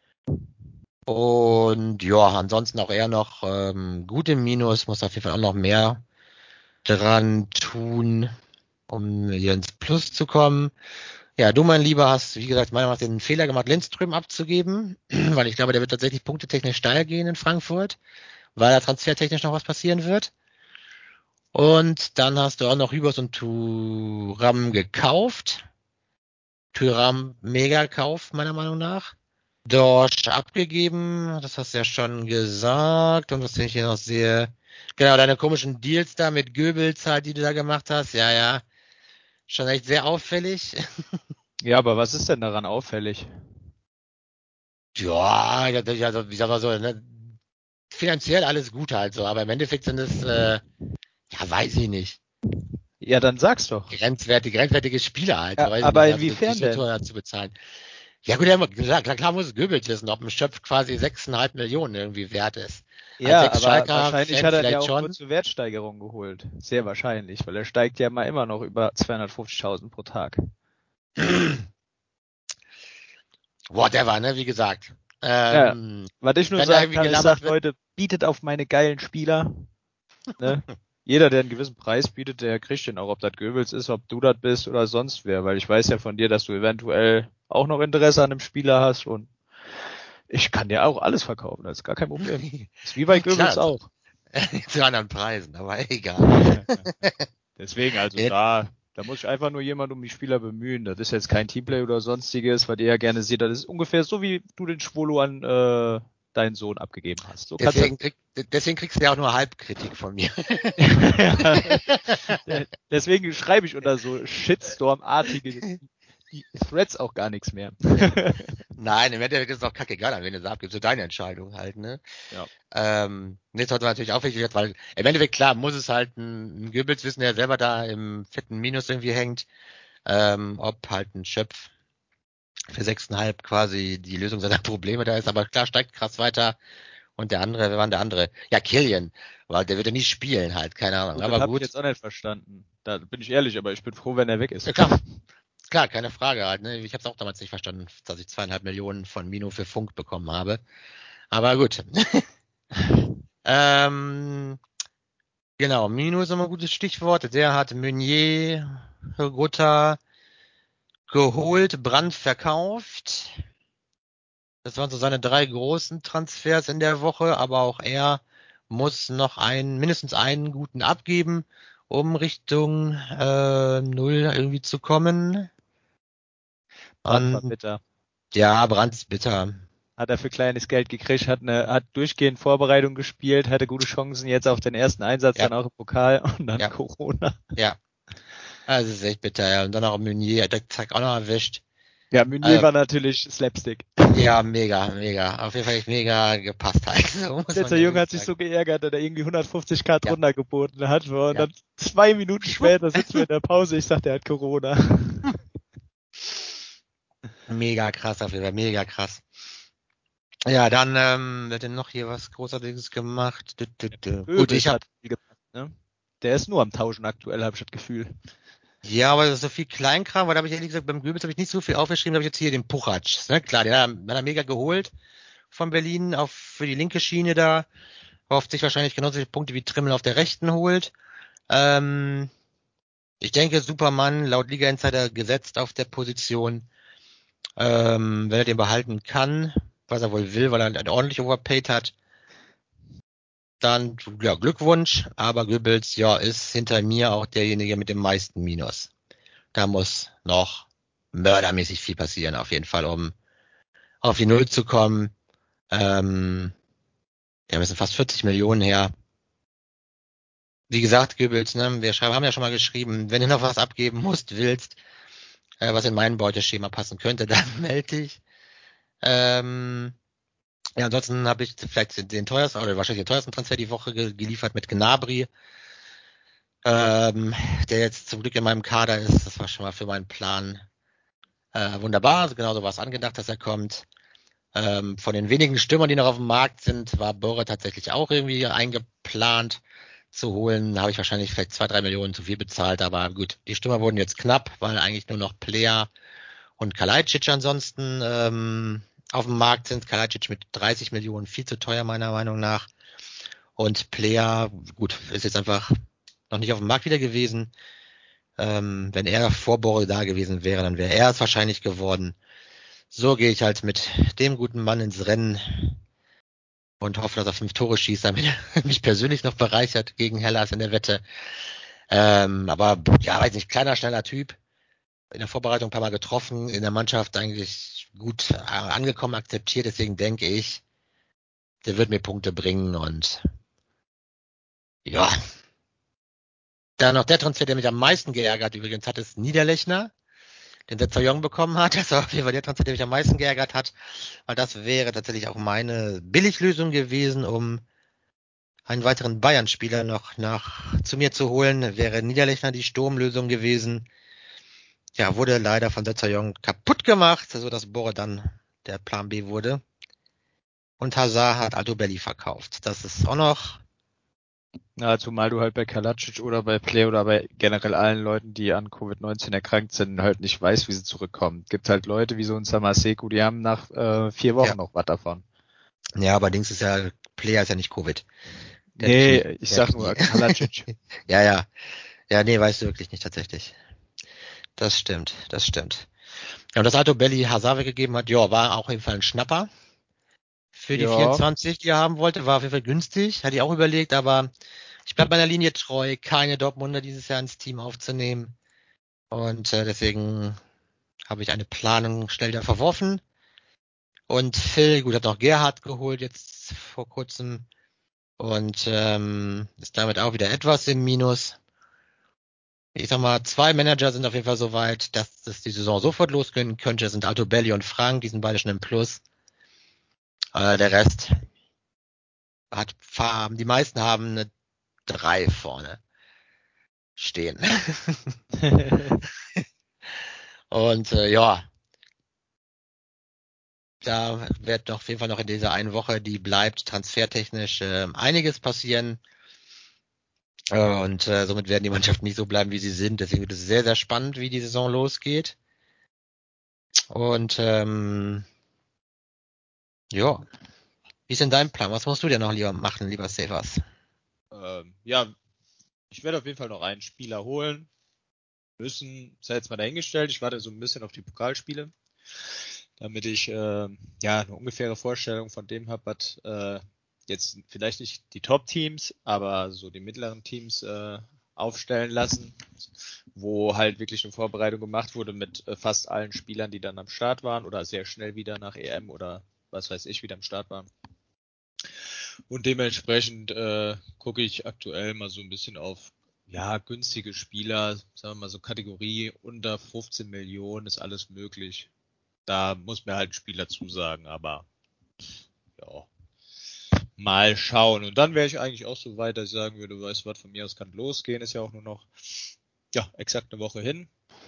Und ja, ansonsten auch eher noch ähm, gut im Minus, muss auf jeden Fall auch noch mehr dran tun, um hier ins Plus zu kommen. Ja, du, mein Lieber, hast, wie gesagt, meiner Meinung nach den Fehler gemacht, Lindström abzugeben, weil ich glaube, der wird tatsächlich punktetechnisch steil gehen in Frankfurt, weil da transfertechnisch noch was passieren wird. Und dann hast du auch noch Hübers und Thuram gekauft. Thuram, Mega-Kauf, meiner Meinung nach. Dorsch abgegeben, das hast du ja schon gesagt. Und was ich hier noch sehe, genau, deine komischen Deals da mit Goebbels halt, die du da gemacht hast. Ja, ja, schon echt sehr auffällig. Ja, aber was ist denn daran auffällig? Ja, ja, ja, so, ich sag mal so, ne, finanziell alles gut halt so, aber im Endeffekt sind es, äh, ja, weiß ich nicht, Ja, dann sag's doch. grenzwertige, grenzwertige Spiele halt, so, Ja, weiß ich aber nicht, also die inwiefern denn? Struktur zu bezahlen. Ja gut, ja, klar, klar, klar muss es Goebbels wissen, ob ein Schöpf quasi sechseinhalb Millionen irgendwie wert ist. Als Ja, aber wahrscheinlich Ex-Schalker-Fan hat er ihn ja vielleicht auch nur schon. zur Wertsteigerung geholt. Sehr wahrscheinlich, weil er steigt ja mal immer noch über zweihundertfünfzigtausend pro Tag. Whatever, ne, wie gesagt. Ja, Ähm, was ich nur wenn da sagen irgendwie kann, ich sag, gelabert wird, Leute, bietet auf meine geilen Spieler. Ne? Jeder, der einen gewissen Preis bietet, der kriegt den auch, ob das Goebbels ist, ob du das bist oder sonst wer, weil ich weiß ja von dir, dass du eventuell auch noch Interesse an einem Spieler hast und ich kann dir auch alles verkaufen, das ist gar kein Problem. Ist wie bei Goebbels klar, zu, auch. zu anderen Preisen, aber egal. Deswegen, also Jetzt, da, da muss ich einfach nur jemand um die Spieler bemühen. Das ist jetzt kein Teamplay oder sonstiges, was ihr ja gerne seht. Das ist ungefähr so, wie du den Schwolo an äh, deinen Sohn abgegeben hast. So kannst du deswegen, krieg, deswegen kriegst du ja auch nur Halbkritik von mir. ja, deswegen schreibe ich unter so Shitstorm-artige die Threads auch gar nichts mehr. Nein, im Endeffekt ist es auch kackegal, wenn du es abgibst. So deine Entscheidung halt, ne? Ja. Ähm, das hat man natürlich auch wichtig, weil im Endeffekt, klar, muss es halt ein, ein Goebbels wissen, der selber da im fetten Minus irgendwie hängt, ähm, ob halt ein Schöpf für sechseinhalb quasi die Lösung seiner Probleme da ist. Aber klar, steigt krass weiter. Und der andere, wer war denn der andere? Ja, Killian, weil der wird ja nie spielen halt, keine Ahnung. Gut, das Aber habe ich gut, jetzt auch nicht verstanden. Da bin ich ehrlich, aber ich bin froh, wenn er weg ist. ja klar, klar, keine Frage halt. Ne? Ich habe es auch damals nicht verstanden, dass ich zweieinhalb Millionen von Mino für Funk bekommen habe. Aber gut. ähm, genau, Mino ist immer ein gutes Stichwort. Der hat Meunier, Gutta geholt, Brandt verkauft. Das waren so seine drei großen Transfers in der Woche, aber auch er muss noch einen, mindestens einen guten abgeben, um Richtung äh, Null irgendwie zu kommen. Brand war Und bitter. ja, Brandt ist bitter. Hat er für kleines Geld gekriegt, hat eine, hat durchgehend Vorbereitung gespielt, hatte gute Chancen jetzt auf den ersten Einsatz, Ja, dann auch im Pokal und dann ja, Corona. ja. Also es ist echt bitter, ja. Und dann auch Meunier, hat der Zack auch noch erwischt. Ja, Meunier Also, war natürlich Slapstick. ja, mega, mega. Auf jeden Fall echt mega gepasst halt. So muss man Letzter ja Junge wirklich hat sich so sagen. geärgert, dass er irgendwie hundertfünfzigtausend Ja, drunter geboten hat. Und ja. dann zwei Minuten Schwupp. später sitzen wir in der Pause, ich sagte, er hat Corona. Mega krass auf jeden Fall, mega krass. Ja, dann ähm, wird denn noch hier was Großartiges gemacht. Dü, dü, dü. Gut, ich Goebbels habe hat viel gemacht, ne? Der ist nur am Tauschen aktuell, habe ich das Gefühl. ja, aber das ist so viel Kleinkram, weil da habe ich ehrlich gesagt, beim Goebbels habe ich nicht so viel aufgeschrieben, da habe ich jetzt hier den Puchatsch, ne? Klar, den hat er, hat er mega geholt von Berlin auf für die linke Schiene da. Hofft sich wahrscheinlich genauso viele Punkte wie Trimmel auf der rechten holt. Ähm, ich denke, Superman laut Liga Insider gesetzt auf der Position. Ähm, wenn er den behalten kann, was er wohl will, weil er halt ordentlich overpaid hat, dann ja, Glückwunsch, aber Goebbels ja ist hinter mir auch derjenige mit dem meisten Minus. Da muss noch mördermäßig viel passieren, auf jeden Fall, um auf die Null zu kommen. Ähm, ja, müssen fast vierzig Millionen her. Wie gesagt, Goebbels, ne, wir schreiben, haben ja schon mal geschrieben, wenn du noch was abgeben musst, willst, äh, was in mein Beuteschema passen könnte, dann melde dich. Ähm, ja, ansonsten habe ich vielleicht den teuersten, oder wahrscheinlich den teuersten Transfer die Woche ge geliefert mit Gnabry. ähm, der jetzt zum Glück in meinem Kader ist. Das war schon mal für meinen Plan äh, wunderbar. Also genauso war es angedacht, dass er kommt. Ähm, von den wenigen Stürmern, die noch auf dem Markt sind, war Borre tatsächlich auch irgendwie eingeplant zu holen. Da habe ich wahrscheinlich vielleicht zwei, drei Millionen zu viel bezahlt, aber gut, die Stürmer wurden jetzt knapp, weil eigentlich nur noch Player und Kalajdzic ansonsten ähm, auf dem Markt sind. Kalajdzic mit dreißig Millionen viel zu teuer meiner Meinung nach. Und Player, gut, ist jetzt einfach noch nicht auf dem Markt wieder gewesen. Ähm, wenn er vor Borre da gewesen wäre, dann wäre er es wahrscheinlich geworden. So gehe ich halt mit dem guten Mann ins Rennen und hoffe, dass er fünf Tore schießt, damit er mich persönlich noch bereichert gegen Hellas in der Wette. Ähm, aber ja, weiß nicht, kleiner, schneller Typ. In der Vorbereitung ein paar Mal getroffen, in der Mannschaft eigentlich gut äh, angekommen, akzeptiert. Deswegen denke ich, der wird mir Punkte bringen und ja. Dann noch der Transfer, der mich am meisten geärgert übrigens hat, ist Niederlechner, den Setzer Jong bekommen hat. Das war auf jeden Fall der Transfer, der mich am meisten geärgert hat, weil das wäre tatsächlich auch meine Billiglösung gewesen, um einen weiteren Bayern-Spieler noch nach zu mir zu holen. Wäre Niederlechner die Sturmlösung gewesen. Ja, wurde leider von Setzer Jong kaputt gemacht, so dass Borre dann der Plan B wurde. Und Hazard hat Altobelli verkauft. Das ist auch noch. Ja, zumal du halt bei Kalajdzic oder bei Play oder bei generell allen Leuten, die an Covid neunzehn erkrankt sind, halt nicht weißt, wie sie zurückkommen. Gibt halt Leute wie so ein Samaseku, die haben nach äh, vier Wochen Ja, noch was davon. ja, aber Dings ist ja, Player ist ja nicht Covid. Der hat Nee, Knie. ich Der hat sag nur Knie. Kalajdzic. Ja, ja. Ja, nee, weißt du wirklich nicht tatsächlich. Das stimmt, das stimmt. Ja, und das Altobelli Hazard weggegeben hat, ja, war auch auf jeden Fall ein Schnapper. Für die Ja, vierundzwanzig, die er haben wollte, war auf jeden Fall günstig. Hatte ich auch überlegt, aber ich bleib meiner Linie treu, keine Dortmunder dieses Jahr ins Team aufzunehmen. Und äh, deswegen habe ich eine Planung schnell da verworfen. Und Phil, gut, hat noch Gerhard geholt jetzt vor kurzem und ähm, ist damit auch wieder etwas im Minus. Ich sag mal, zwei Manager sind auf jeden Fall so weit, dass das die Saison sofort losgehen könnte. Das sind Altobelli und Frank, die sind beide schon im Plus. Äh, der Rest hat Farben. Die meisten haben eine drei vorne stehen. Und äh, ja, da wird auf jeden Fall noch in dieser einen Woche, die bleibt, transfertechnisch äh, einiges passieren. Äh, und äh, somit werden die Mannschaften nicht so bleiben, wie sie sind. Deswegen wird es sehr, sehr spannend, wie die Saison losgeht. Und ähm, ja, wie ist denn dein Plan? Was musst du denn noch lieber machen, lieber Savers? ähm, ja, ich werde auf jeden Fall noch einen Spieler holen müssen. Sei jetzt mal dahingestellt. Ich warte so ein bisschen auf die Pokalspiele, damit ich äh, ja eine ungefähre Vorstellung von dem habe, was äh, jetzt vielleicht nicht die Top-Teams, aber so die mittleren Teams äh, aufstellen lassen, wo halt wirklich eine Vorbereitung gemacht wurde mit äh, fast allen Spielern, die dann am Start waren oder sehr schnell wieder nach E M oder was weiß ich wieder am Start waren. Und dementsprechend äh, gucke ich aktuell mal so ein bisschen auf ja günstige Spieler, sagen wir mal so Kategorie unter fünfzehn Millionen ist alles möglich. Da muss mir halt ein Spieler zusagen, aber ja, mal schauen. Und dann wäre ich eigentlich auch so weit, dass ich sagen würde, weißt du was, von mir aus kann losgehen, ist ja auch nur noch ja exakt eine Woche hin.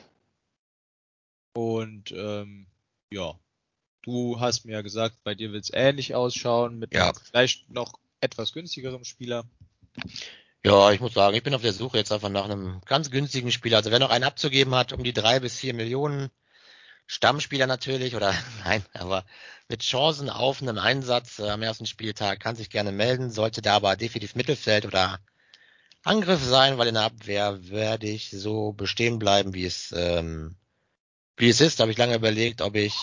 Und ähm, ja, du hast mir ja gesagt, bei dir wird es ähnlich ausschauen mit Ja, einem vielleicht noch etwas günstigerem Spieler. ja, ich muss sagen, ich bin auf der Suche jetzt einfach nach einem ganz günstigen Spieler. Also wer noch einen abzugeben hat, um die drei bis vier Millionen, Stammspieler natürlich, oder nein, aber mit Chancen auf einen Einsatz äh, am ersten Spieltag, kann sich gerne melden, sollte da aber definitiv Mittelfeld oder Angriff sein, weil in der Abwehr werde ich so bestehen bleiben, wie es ähm, wie es ist. Da habe ich lange überlegt, ob ich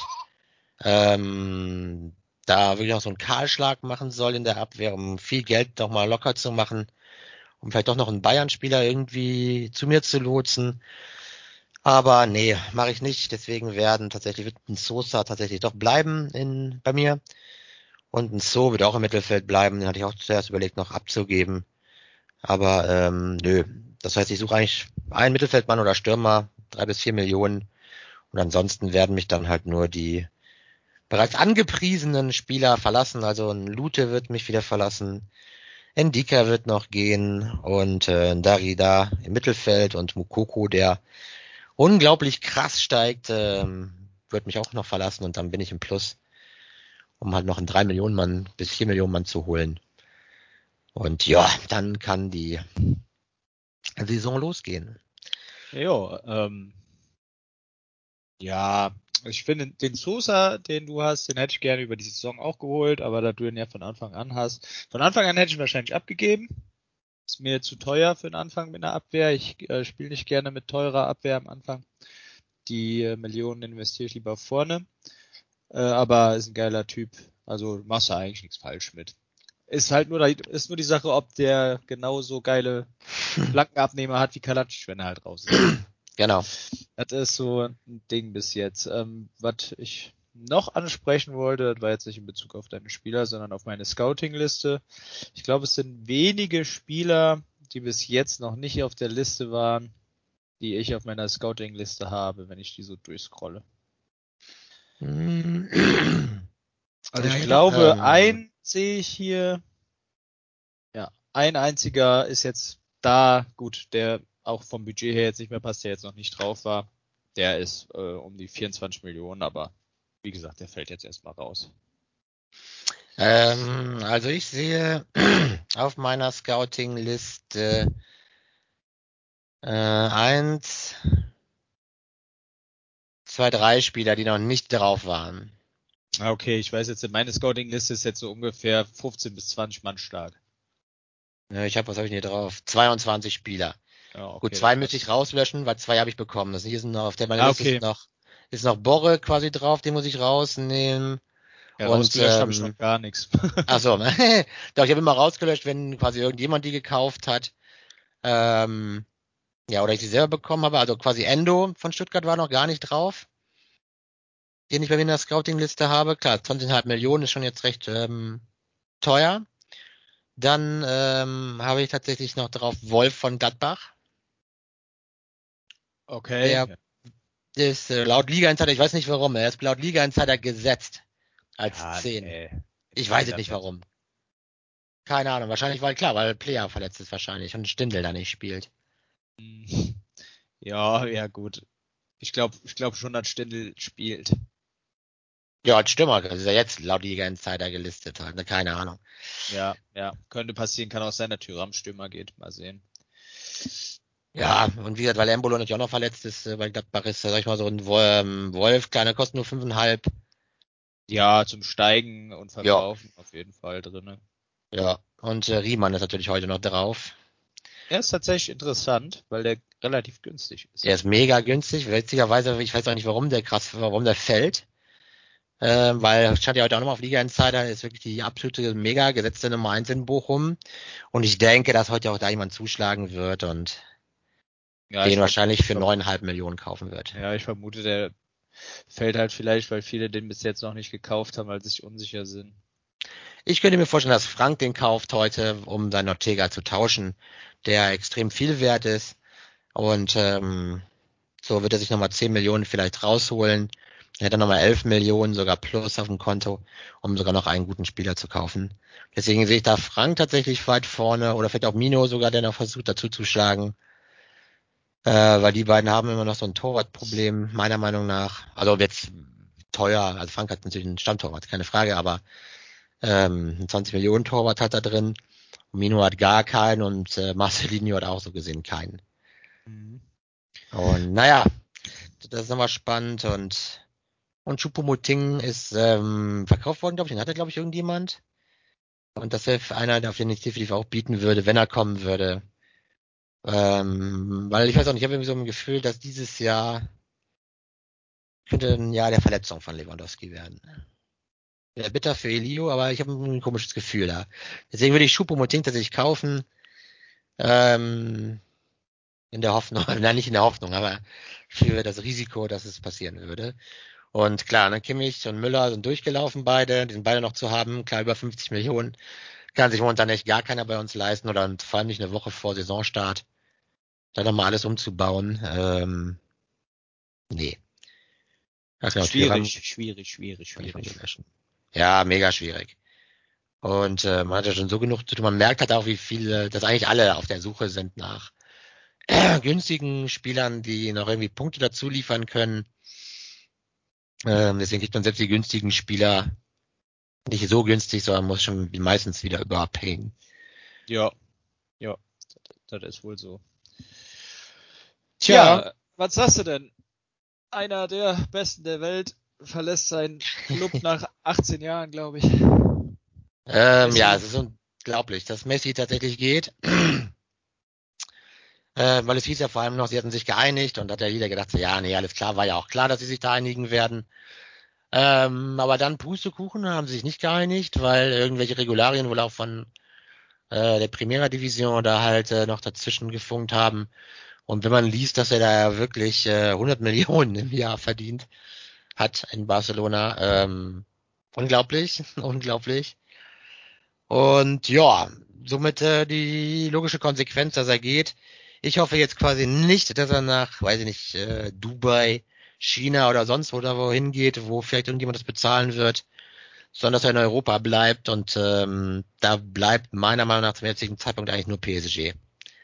ähm, da wirklich noch so einen Kahlschlag machen soll in der Abwehr, um viel Geld doch mal locker zu machen, um vielleicht doch noch einen Bayern-Spieler irgendwie zu mir zu lotsen. Aber nee, mache ich nicht. Deswegen werden tatsächlich wird ein Sosa tatsächlich doch bleiben in bei mir. Und ein So wird auch im Mittelfeld bleiben. Den hatte ich auch zuerst überlegt, noch abzugeben. Aber ähm, nö. Das heißt, ich suche eigentlich einen Mittelfeldmann oder Stürmer, drei bis vier Millionen. Und ansonsten werden mich dann halt nur die bereits angepriesenen Spieler verlassen. Also ein Lute wird mich wieder verlassen. Ndika wird noch gehen und äh, Darida im Mittelfeld und Mukoko, der unglaublich krass steigt, ähm, wird mich auch noch verlassen und dann bin ich im Plus, um halt noch einen drei Millionen Mann bis vier Millionen Mann zu holen. Und ja, dann kann die Saison losgehen. Ja, ähm, ja, ich finde den Sosa, den du hast, den hätte ich gerne über die Saison auch geholt, aber da du ihn ja von Anfang an hast, von Anfang an hätte ich ihn wahrscheinlich abgegeben. Ist mir zu teuer für den Anfang mit einer Abwehr. Ich äh, spiele nicht gerne mit teurer Abwehr am Anfang. Die äh, Millionen investiere ich lieber vorne. Äh, aber ist ein geiler Typ. Also machst du eigentlich nichts falsch mit. Ist halt nur, ist nur die Sache, ob der genauso geile Flankenabnehmer hat wie Kalajdzic, wenn er halt raus ist. Genau. Das ist so ein Ding bis jetzt. Ähm, was ich noch ansprechen wollte, das war jetzt nicht in Bezug auf deine Spieler, sondern auf meine Scouting-Liste. Ich glaube, es sind wenige Spieler, die bis jetzt noch nicht auf der Liste waren, die ich auf meiner Scouting-Liste habe, wenn ich die so durchscrolle. Also Ja, ich ich hätte, glaube, ähm, ein sehe ich hier, ja, ein einziger ist jetzt da, gut, der auch vom Budget her jetzt nicht mehr passt, der jetzt noch nicht drauf war. Der ist äh, um die vierundzwanzig Millionen, aber wie gesagt, der fällt jetzt erstmal raus. ähm, also ich sehe auf meiner Scouting-Liste äh, eins, zwei, drei Spieler, die noch nicht drauf waren. Ah, okay, ich weiß jetzt, meine Scouting-Liste ist jetzt so ungefähr fünfzehn bis zwanzig Mann stark. Ja, ich habe, was habe ich denn hier drauf? zweiundzwanzig Spieler. Ja, Gut, okay, das zwei müsste passt. ich rauslöschen, weil zwei habe ich bekommen. Das hier sind noch, auf der meiner Ah, Liste ist okay. noch, ist noch Borre quasi drauf, den muss ich rausnehmen. Ja, Und rausgelöscht habe ich ähm, noch gar nichts. ach so, doch, ich habe immer rausgelöscht, wenn quasi irgendjemand die gekauft hat. Ähm, ja, oder ich die selber bekommen habe. Also quasi Endo von Stuttgart war noch gar nicht drauf, den ich bei mir in der Scouting-Liste habe. Klar, zwanzig Komma fünf Millionen ist schon jetzt recht ähm, teuer. Dann ähm, habe ich tatsächlich noch drauf Wolf von Gladbach. Okay. Der ist äh, laut Liga-Insider, ich weiß nicht warum, er ist laut Liga-Insider gesetzt als Ja, zehn. nee. Ich weiß Nee, es das nicht wird. warum. Keine Ahnung, wahrscheinlich, weil klar, weil Player verletzt ist wahrscheinlich und Stindl da nicht spielt. Hm. Ja, ja, gut. Ich glaube, ich glaube schon, dass Stindl spielt. Ja, als Stürmer, das ist ja jetzt laut Liga-Insider gelistet halt, ne, keine Ahnung. Ja, ja. Könnte passieren, kann auch sein, dass Thuram Stürmer geht. Mal sehen. Ja, und wie gesagt, weil Embolo natürlich auch noch verletzt ist, äh, bei Gladbach ist, äh, sag ich mal, so ein Wo- ähm, Wolf, kleiner kostet nur fünfeinhalb. Ja, zum Steigen und Ja, Verkaufen auf jeden Fall drinne. ja. Und äh, Riemann ist natürlich heute noch drauf. Er ist tatsächlich interessant, weil der relativ günstig ist. Der ist mega günstig, witzigerweise, ich weiß auch nicht warum der krass, warum der fällt. Äh, weil stand ja heute auch nochmal auf Liga Insider, ist wirklich die absolute mega gesetzte Nummer eins in Bochum. Und ich denke, dass heute auch da jemand zuschlagen wird und Ja, den ich, ver wahrscheinlich ich für vermute, neuneinhalb Millionen kaufen wird. ja, ich vermute, der fällt halt vielleicht, weil viele den bis jetzt noch nicht gekauft haben, weil sie sich unsicher sind. Ich könnte mir vorstellen, dass Frank den kauft heute, um seinen Ortega zu tauschen, der extrem viel wert ist. Und ähm, so wird er sich nochmal zehn Millionen vielleicht rausholen. Er hat dann nochmal elf Millionen sogar plus auf dem Konto, um sogar noch einen guten Spieler zu kaufen. Deswegen sehe ich da Frank tatsächlich weit vorne oder vielleicht auch Mino sogar, der noch versucht dazu zu schlagen. Äh, weil die beiden haben immer noch so ein Torwartproblem, meiner Meinung nach. Also jetzt teuer, also Frank hat natürlich einen Stammtorwart, keine Frage, aber ähm, ein zwanzig Millionen Torwart hat er drin. Mino hat gar keinen und äh, Marcelinho hat auch so gesehen keinen. Mhm. Und naja, das ist nochmal spannend und und Choupo-Moting ist ähm, verkauft worden, glaube ich. Den hatte, glaube ich, irgendjemand. Und das wäre einer, auf den ich definitiv auch bieten würde, wenn er kommen würde. Ähm, weil ich weiß auch nicht, ich habe irgendwie so ein Gefühl, dass dieses Jahr könnte ein Jahr der Verletzung von Lewandowski werden. Wäre bitter für Elio, aber ich habe ein komisches Gefühl da. Deswegen würde ich Choupo-Moting tatsächlich kaufen. Ähm, in der Hoffnung, nein, nicht in der Hoffnung, aber für das Risiko, dass es passieren würde. Und klar, ne, Kimmich und Müller sind durchgelaufen beide, die sind beide noch zu haben, klar über fünfzig Millionen. Kann sich momentan echt gar keiner bei uns leisten oder vor allem nicht eine Woche vor Saisonstart, da nochmal alles umzubauen. Ähm, nee. Ach genau, Tyram Schwierig, schwierig, schwierig, kann ich von dir schwierig. löschen. Ja, mega schwierig. Und äh, man hat ja schon so genug zu tun. Man merkt halt auch, wie viele, dass eigentlich alle auf der Suche sind nach äh, günstigen Spielern, die noch irgendwie Punkte dazu liefern können. Ähm, deswegen kriegt man selbst die günstigen Spieler nicht so günstig, sondern muss schon meistens wieder überpayen. Ja, ja, das, das ist wohl so. Tja, Tja, was sagst du denn? Einer der Besten der Welt verlässt seinen Club nach achtzehn Jahren, glaube ich. ähm, ja, Messi. es ist unglaublich, dass Messi tatsächlich geht. Äh, weil es hieß ja vor allem noch, sie hatten sich geeinigt und hat ja jeder gedacht, so, ja, nee, alles klar, war ja auch klar, dass sie sich da einigen werden. Ähm, aber dann Pustekuchen haben sie sich nicht geeinigt, weil irgendwelche Regularien wohl auch von äh, der Primera Division da halt äh, noch dazwischen gefunkt haben. Und wenn man liest, dass er da ja wirklich äh, hundert Millionen im Jahr verdient hat in Barcelona, ähm, unglaublich, unglaublich. Und ja, somit äh, die logische Konsequenz, dass er geht. Ich hoffe jetzt quasi nicht, dass er nach, weiß ich nicht, äh, Dubai, China oder sonst wo da wohin geht, wo vielleicht irgendjemand das bezahlen wird, sondern dass er in Europa bleibt. Und ähm, da bleibt meiner Meinung nach zum jetzigen Zeitpunkt eigentlich nur P S G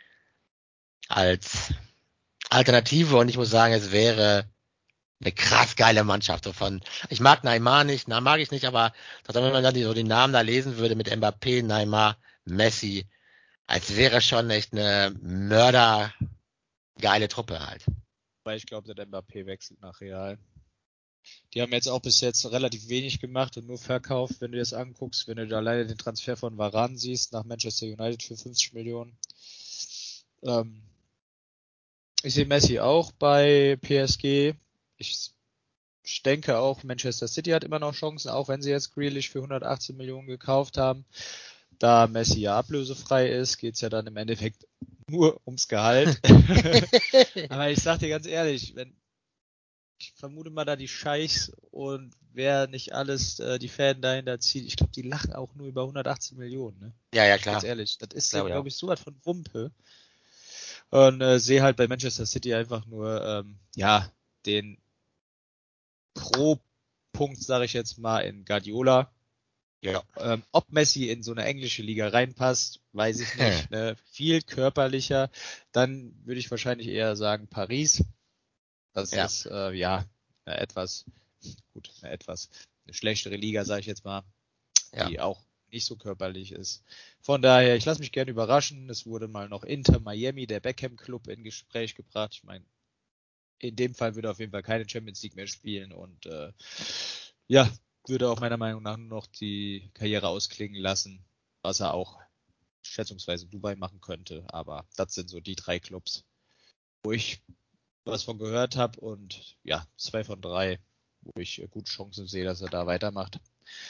als Alternative. Und ich muss sagen, es wäre eine krass geile Mannschaft. So von, ich mag Neymar nicht, na mag ich nicht, aber wenn man dann die, so die Namen da lesen würde mit Mbappé, Neymar, Messi, als wäre schon echt eine mördergeile Truppe halt. Weil ich glaube, der Mbappé wechselt nach Real. Die haben jetzt auch bis jetzt relativ wenig gemacht und nur verkauft, wenn du das anguckst, wenn du da alleine den Transfer von Varane siehst nach Manchester United für fünfzig Millionen. Ähm, ich sehe Messi auch bei P S G. Ich denke auch, Manchester City hat immer noch Chancen, auch wenn sie jetzt Grealish für hundertachtzehn Millionen gekauft haben. Da Messi ja ablösefrei ist, geht's ja dann im Endeffekt nur ums Gehalt. Aber ich sag dir ganz ehrlich, wenn ich vermute mal da die Scheichs und wer nicht alles äh, die Fäden dahinter zieht, ich glaube, die lachen auch nur über hundertachtzehn Millionen. Ne? Ja, ja, Ganz klar. ehrlich, das ist Glaube dann, ich auch. glaube ich, so was von Wumpe. Und äh, sehe halt bei Manchester City einfach nur, ähm, ja, den Pro-Punkt, sage ich jetzt mal, in Guardiola. Ja. Ähm, ob Messi in so eine englische Liga reinpasst, weiß ich nicht. Ne? Viel körperlicher. Dann würde ich wahrscheinlich eher sagen Paris. Das Ja. ist äh, ja eine etwas, gut, eine etwas eine schlechtere Liga, sage ich jetzt mal, Ja. die auch nicht so körperlich ist. Von daher, ich lasse mich gerne überraschen. Es wurde mal noch Inter Miami, der Beckham Club, in Gespräch gebracht. Ich meine, in dem Fall würde er auf jeden Fall keine Champions League mehr spielen und äh, ja, würde auch meiner Meinung nach nur noch die Karriere ausklingen lassen, was er auch schätzungsweise Dubai machen könnte. Aber das sind so die drei Clubs, wo ich was von gehört habe und ja, zwei von drei, wo ich gute Chancen sehe, dass er da weitermacht.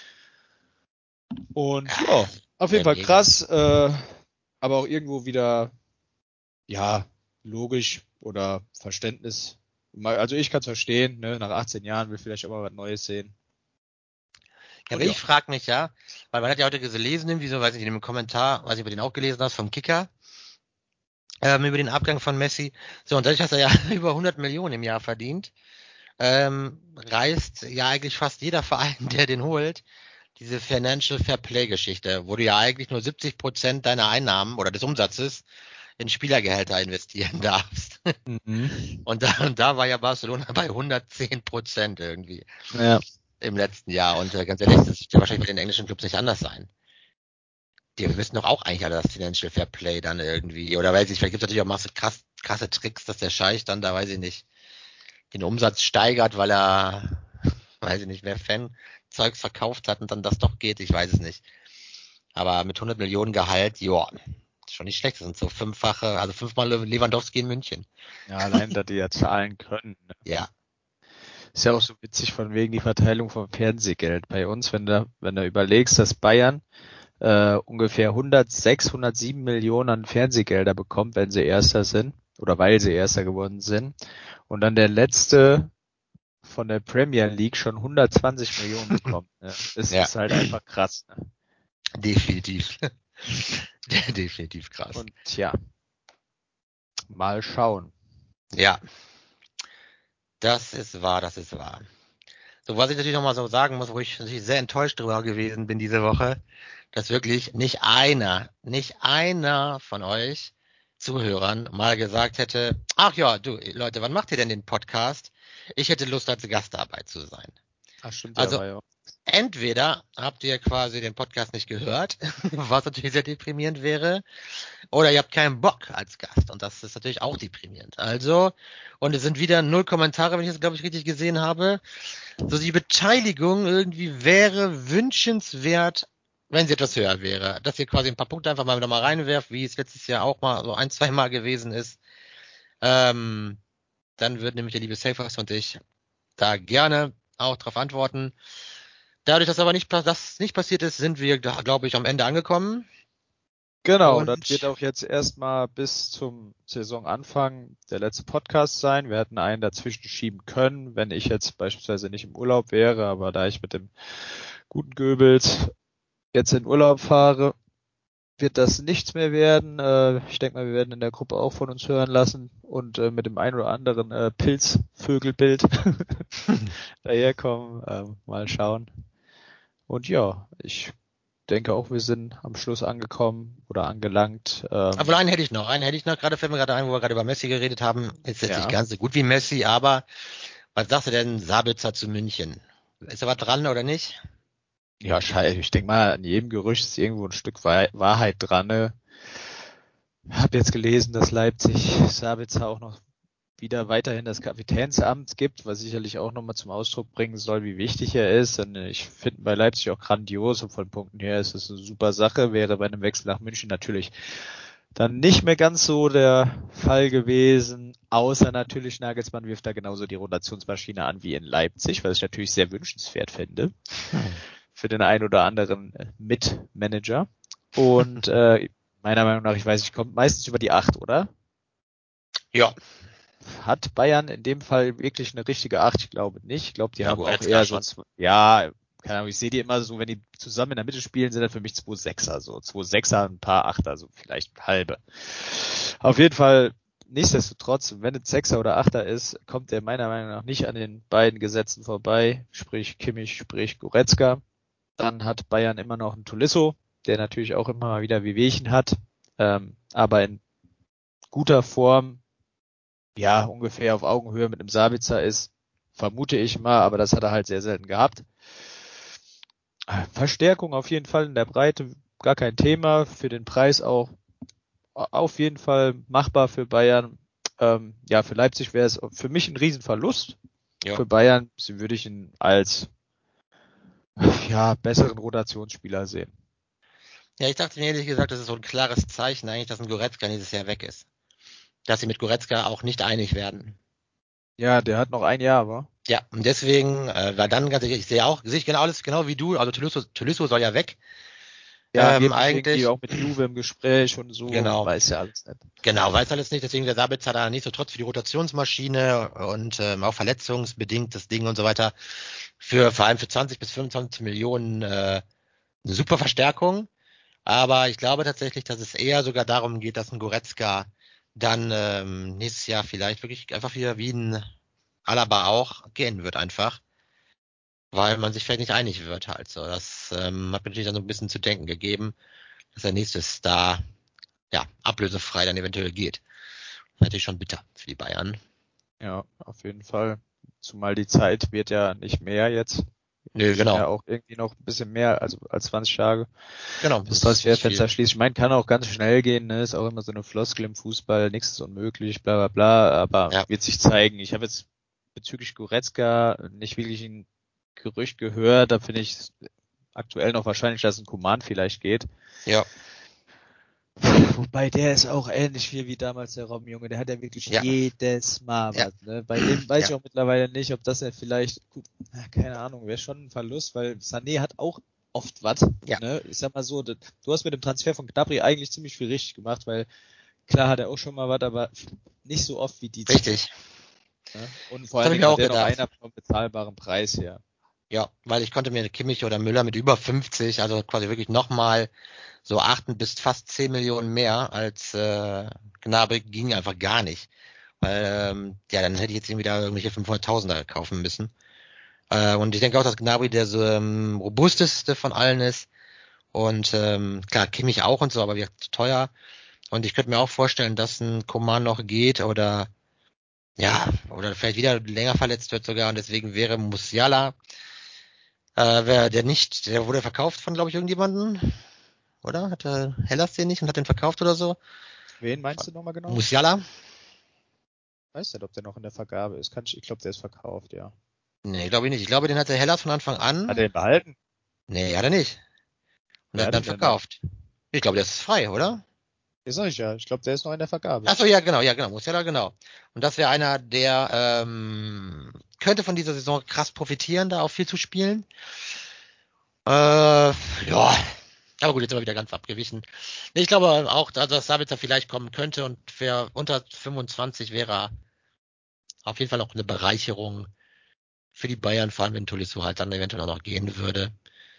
Und ja, auf jeden Wäre Fall mega. krass, äh, aber auch irgendwo wieder, ja, logisch oder Verständnis. Also ich kann es verstehen, ne? Nach achtzehn Jahren will vielleicht auch mal was Neues sehen. Ja, Und aber ja, ich frage mich ja, weil man hat ja heute gelesen, irgendwie so, weiß ich nicht, in einem Kommentar, weiß ich, ob du den auch gelesen hast, vom Kicker, ähm, über den Abgang von Messi. So, und dadurch, dass er ja über hundert Millionen im Jahr verdient, ähm, reißt ja eigentlich fast jeder Verein, der den holt, diese Financial Fair Play Geschichte, wo du ja eigentlich nur siebzig Prozent deiner Einnahmen oder des Umsatzes in Spielergehälter investieren darfst. mhm. Und da, und da war ja Barcelona bei hundertzehn Prozent irgendwie Ja, im letzten Jahr. Und äh, ganz ehrlich, das wird ja wahrscheinlich bei den englischen Clubs nicht anders sein. Die müssen doch auch eigentlich alle das Financial Fair Play dann irgendwie, oder weiß ich, vielleicht gibt es natürlich auch masse, krass, krasse Tricks, dass der Scheich dann da, weiß ich nicht, den Umsatz steigert, weil er, weiß ich nicht, wer Fan-Zeugs verkauft hat und dann das doch geht, ich weiß es nicht. Aber mit hundert Millionen Gehalt, joa, schon nicht schlecht. Das sind so fünffache, also fünfmal Lewandowski in München. ja, allein, dass die ja zahlen können. Ne? Ja, Ist ja auch so witzig von wegen die Verteilung vom Fernsehgeld. Bei uns, wenn du, wenn du überlegst, dass Bayern äh, ungefähr hundertsechs, hundertsieben Millionen an Fernsehgelder bekommt, wenn sie Erster sind oder weil sie Erster geworden sind. Und dann der letzte von der Premier League schon hundertzwanzig Millionen bekommt. Ne? Es ja, ist halt einfach krass. Ne? definitiv. Definitiv krass. Und tja, mal schauen. Ja, das ist wahr, das ist wahr. So, was ich natürlich nochmal so sagen muss, wo ich natürlich sehr enttäuscht drüber gewesen bin diese Woche, dass wirklich nicht einer, nicht einer von euch Zuhörern mal gesagt hätte, ach ja, du Leute, wann macht ihr denn den Podcast? Ich hätte Lust, als Gast dabei zu sein. Ach, stimmt ja, Also war ja. entweder habt ihr quasi den Podcast nicht gehört, was natürlich sehr deprimierend wäre, oder ihr habt keinen Bock als Gast und das ist natürlich auch deprimierend. Also, und es sind wieder null Kommentare, wenn ich das, glaube ich, richtig gesehen habe. So, die Beteiligung irgendwie wäre wünschenswert, wenn sie etwas höher wäre. Dass ihr quasi ein paar Punkte einfach mal wieder mal reinwerft, wie es letztes Jahr auch mal so ein, zwei Mal gewesen ist. Ähm, dann würden nämlich der liebe Safers und ich da gerne auch drauf antworten. Dadurch, dass aber nicht, das nicht passiert ist, sind wir, glaube ich, am Ende angekommen. Genau, das Und wird auch jetzt erstmal bis zum Saisonanfang der letzte Podcast sein. Wir hätten einen dazwischen schieben können, wenn ich jetzt beispielsweise nicht im Urlaub wäre, aber da ich mit dem guten Goebbels jetzt in Urlaub fahre, wird das nichts mehr werden. Äh, ich denke mal, wir werden in der Gruppe auch von uns hören lassen und äh, mit dem ein oder anderen äh, Pilzvögelbild daherkommen. Ähm, mal schauen. Und ja, ich denke auch, wir sind am Schluss angekommen oder angelangt. Ähm, aber einen hätte ich noch, einen hätte ich noch, gerade fällt mir gerade ein, wo wir gerade über Messi geredet haben. Ist jetzt ja. nicht ganz so gut wie Messi, aber was sagst du denn Sabitzer zu München? Ist da was dran oder nicht? Ja, scheiße. Ich denke mal, an jedem Gerücht ist irgendwo ein Stück Wahrheit dran. Ne? Hab jetzt gelesen, dass Leipzig Sabitzer auch noch wieder weiterhin das Kapitänsamt gibt, was sicherlich auch nochmal zum Ausdruck bringen soll, wie wichtig er ist. Und ich finde bei Leipzig auch grandios und von Punkten her ist es eine super Sache. Wäre bei einem Wechsel nach München natürlich dann nicht mehr ganz so der Fall gewesen, außer natürlich Nagelsmann wirft da genauso die Rotationsmaschine an wie in Leipzig, was ich natürlich sehr wünschenswert finde. Hm. Für den einen oder anderen Mitmanager. Und äh, meiner Meinung nach, ich weiß nicht, kommt meistens über die acht, oder? Ja. Hat Bayern in dem Fall wirklich eine richtige acht? Ich glaube nicht. Ich glaube, die Ja, haben auch eher so, ja, keine Ahnung, ich sehe die immer so, wenn die zusammen in der Mitte spielen, sind das für mich zwei Sechser, so zwei Sechser, ein paar Achter, so vielleicht halbe. Auf jeden Fall, nichtsdestotrotz, wenn es Sechser oder Achter ist, kommt der meiner Meinung nach nicht an den beiden Gesetzen vorbei, sprich Kimmich, sprich Goretzka. Dann hat Bayern immer noch einen Tolisso, der natürlich auch immer mal wieder Wehwehchen hat, ähm, aber in guter Form, ja, ungefähr auf Augenhöhe mit einem Sabitzer ist, vermute ich mal, aber das hat er halt sehr selten gehabt. Verstärkung auf jeden Fall in der Breite, gar kein Thema, für den Preis auch auf jeden Fall machbar für Bayern. Ähm, ja, für Leipzig wäre es für mich ein Riesenverlust. Ja. Für Bayern würde ich ihn als ja, besseren Rotationsspieler sehen. Ja, ich dachte mir ehrlich gesagt, das ist so ein klares Zeichen eigentlich, dass ein Goretzka dieses Jahr weg ist. Dass sie mit Goretzka auch nicht einig werden. Ja, der hat noch ein Jahr, wa? Ja, und deswegen, äh, weil dann ganz ehrlich, ich sehe auch, sehe ich genau alles genau wie du, also Tolisso, Tolisso soll ja weg. Ja, ähm, eigentlich auch mit Juve im Gespräch und so, genau. weiß ja alles nicht. Genau, weiß alles nicht, deswegen der Sabitzer da nicht so trotz für die Rotationsmaschine und ähm, auch verletzungsbedingt das Ding und so weiter. Für vor allem für zwanzig bis fünfundzwanzig Millionen äh, eine super Verstärkung. Aber ich glaube tatsächlich, dass es eher sogar darum geht, dass ein Goretzka dann ähm, nächstes Jahr vielleicht wirklich einfach wieder wie ein Alaba auch gehen wird einfach. Weil man sich vielleicht nicht einig wird halt so. Das ähm, hat mir natürlich dann so ein bisschen zu denken gegeben, dass der nächste Star ja ablösefrei dann eventuell geht. Natürlich schon bitter für die Bayern. Ja, auf jeden Fall. Zumal die Zeit wird ja nicht mehr jetzt. Nö, genau. Ja, auch irgendwie noch ein bisschen mehr, also als zwanzig Tage. Genau. Das Transferfenster schließt. Ich meine, kann auch ganz schnell gehen, ne? Ist auch immer so eine Floskel im Fußball, nichts ist unmöglich, bla bla bla, aber ja. Wird sich zeigen. Ich habe jetzt bezüglich Goretzka nicht wirklich ein Gerücht gehört, da finde ich aktuell noch wahrscheinlich, dass ein Coman vielleicht geht. Ja. Wobei der ist auch ähnlich viel wie damals der Robbenjunge. Der hat ja wirklich ja. jedes Mal ja. was. Ne? Bei dem weiß ja. ich auch mittlerweile nicht, ob das ja vielleicht, gut, keine Ahnung, wäre schon ein Verlust, weil Sané hat auch oft was. Ja. Ne? Ich sag mal so, das, du hast mit dem Transfer von Gnabry eigentlich ziemlich viel richtig gemacht, weil klar hat er auch schon mal was, aber nicht so oft wie die. Richtig. Ne? Und vor allem hat er noch einer vom bezahlbaren Preis her. Ja, weil ich konnte mir Kimmich oder Müller mit über fünfzig, also quasi wirklich nochmal so acht bis fast zehn Millionen mehr als äh, Gnabry ging einfach gar nicht. Weil, ähm, ja, dann hätte ich jetzt irgendwie da irgendwelche fünfhunderttausender kaufen müssen. Äh, und ich denke auch, dass Gnabry der so ähm, robusteste von allen ist. Und ähm, klar, Kimmich auch und so, aber wird zu teuer. Und ich könnte mir auch vorstellen, dass ein Coman noch geht oder ja, oder vielleicht wieder länger verletzt wird sogar und deswegen wäre Musiala, äh, wer der nicht, der wurde verkauft von, glaube ich, irgendjemanden, oder? Hatte Hellas den nicht und hat den verkauft oder so? Wen meinst du nochmal genau? Musiala? Weiß nicht, ob der noch in der Vergabe ist. Kann ich, ich glaube, der ist verkauft, ja. Nee, glaube ich nicht. Ich glaube, den hatte Hellas von Anfang an. Hat er ihn behalten? Nee, hat er nicht. Und Wer hat hat dann ihn denn dann? verkauft. Ich glaube, der ist frei, oder? Das sag ich ja. Ich glaube, der ist noch in der Vergabe. Ach so, ja, genau, ja, genau, Musiala, genau. Und das wäre einer, der ähm, könnte von dieser Saison krass profitieren, da auch viel zu spielen. Äh, ja, aber gut, jetzt sind wir wieder ganz abgewichen. Nee, ich glaube auch, also, dass Sabitzer vielleicht kommen könnte und für unter fünfundzwanzig wäre er auf jeden Fall auch eine Bereicherung für die Bayern, vor allem wenn Tolisso halt dann eventuell auch noch gehen würde.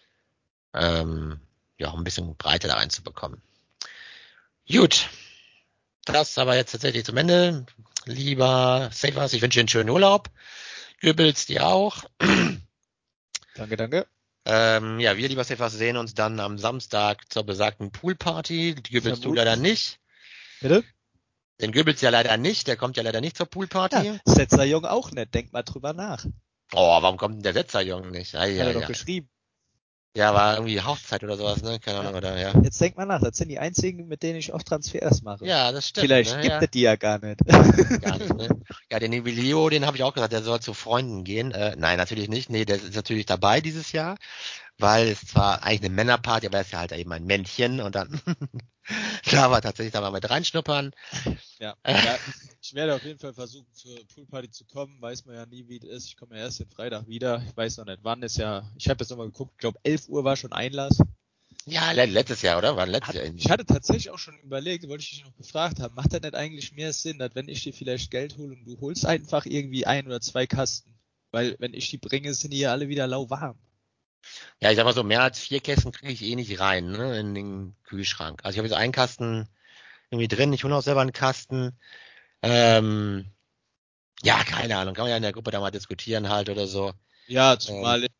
Ähm, ja, um ein bisschen Breite da reinzubekommen. Gut, das aber jetzt tatsächlich zum Ende. Lieber Savers, ich wünsche dir einen schönen Urlaub. Goebbels dir auch. Danke, danke. Ähm, ja, wir, lieber Savers, sehen uns dann am Samstag zur besagten Poolparty. Die Goebbels du Vermut leider nicht. Bitte? Den Goebbels ja leider nicht. Der kommt ja leider nicht zur Ja, Poolparty. Setzer Jung auch nicht. Denk mal drüber nach. Oh, warum kommt denn der Setzerjunge nicht? Ah, Hat ja, er doch ja. geschrieben. Ja, war irgendwie Hochzeit oder sowas, ne? Keine Ja. Ahnung, oder, ja. Jetzt denk mal nach. Das sind die einzigen, mit denen ich oft Transfers mache. Ja, das stimmt, Vielleicht ne? gibt Ja. es die ja gar nicht. Gar nicht, ne? Ja, den Emilio, den habe ich auch gesagt, der soll zu Freunden gehen. Äh, nein, natürlich nicht. Nee, der ist natürlich dabei dieses Jahr, weil es zwar eigentlich eine Männerparty, aber er ist ja halt eben ein Männchen und dann da war tatsächlich da mal mit reinschnuppern. Ja. ja, ich werde auf jeden Fall versuchen, zur Poolparty zu kommen. Weiß man ja nie, wie es ist. Ich komme ja erst den Freitag wieder. Ich weiß noch nicht, wann ist ja. Ich habe jetzt nochmal geguckt. Ich glaube, elf Uhr war schon Einlass. Ja, le- letztes Jahr, oder? War letztes Hat, Jahr. In, ich hatte tatsächlich auch schon überlegt, wollte ich dich noch gefragt haben, macht das nicht eigentlich mehr Sinn, dass wenn ich dir vielleicht Geld hole und du holst einfach irgendwie ein oder zwei Kasten? Weil wenn ich die bringe, sind die ja alle wieder lauwarm. ja, ich sag mal so, mehr als vier Kästen kriege ich eh nicht rein, ne? In den Kühlschrank. Also ich habe jetzt einen Kasten irgendwie drin. Ich hole auch selber einen Kasten. Ähm, ja, keine Ahnung. Kann man ja in der Gruppe da mal diskutieren halt oder so. Ja, Ähm, zumal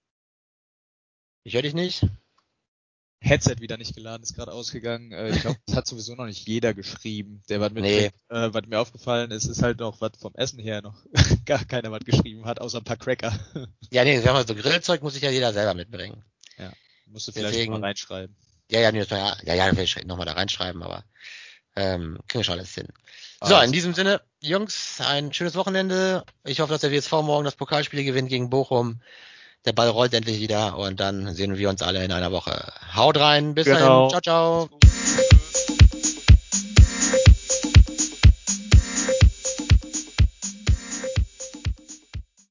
ich höre dich nicht. Headset wieder nicht geladen, ist gerade ausgegangen. Äh, ich glaube, das hat sowieso noch nicht jeder geschrieben, der was Nee. mitbringt. Äh, was mir aufgefallen ist, ist halt noch, was vom Essen her noch gar keiner was geschrieben hat, außer ein paar Cracker. Ja, nee, sag mal, so Grillzeug muss sich ja jeder selber mitbringen. Ja, musst du vielleicht noch mal Deswegen, reinschreiben. ja, ja, nee, das war ja, ja, ja, will ich nochmal da reinschreiben, aber ähm, kriegen wir schon alles hin. So, in Alles. diesem Sinne, Jungs, ein schönes Wochenende. Ich hoffe, dass der W S V morgen das Pokalspiel gewinnt gegen Bochum. Der Ball rollt endlich wieder und dann sehen wir uns alle in einer Woche. Haut rein, bis dahin, Genau. ciao, ciao.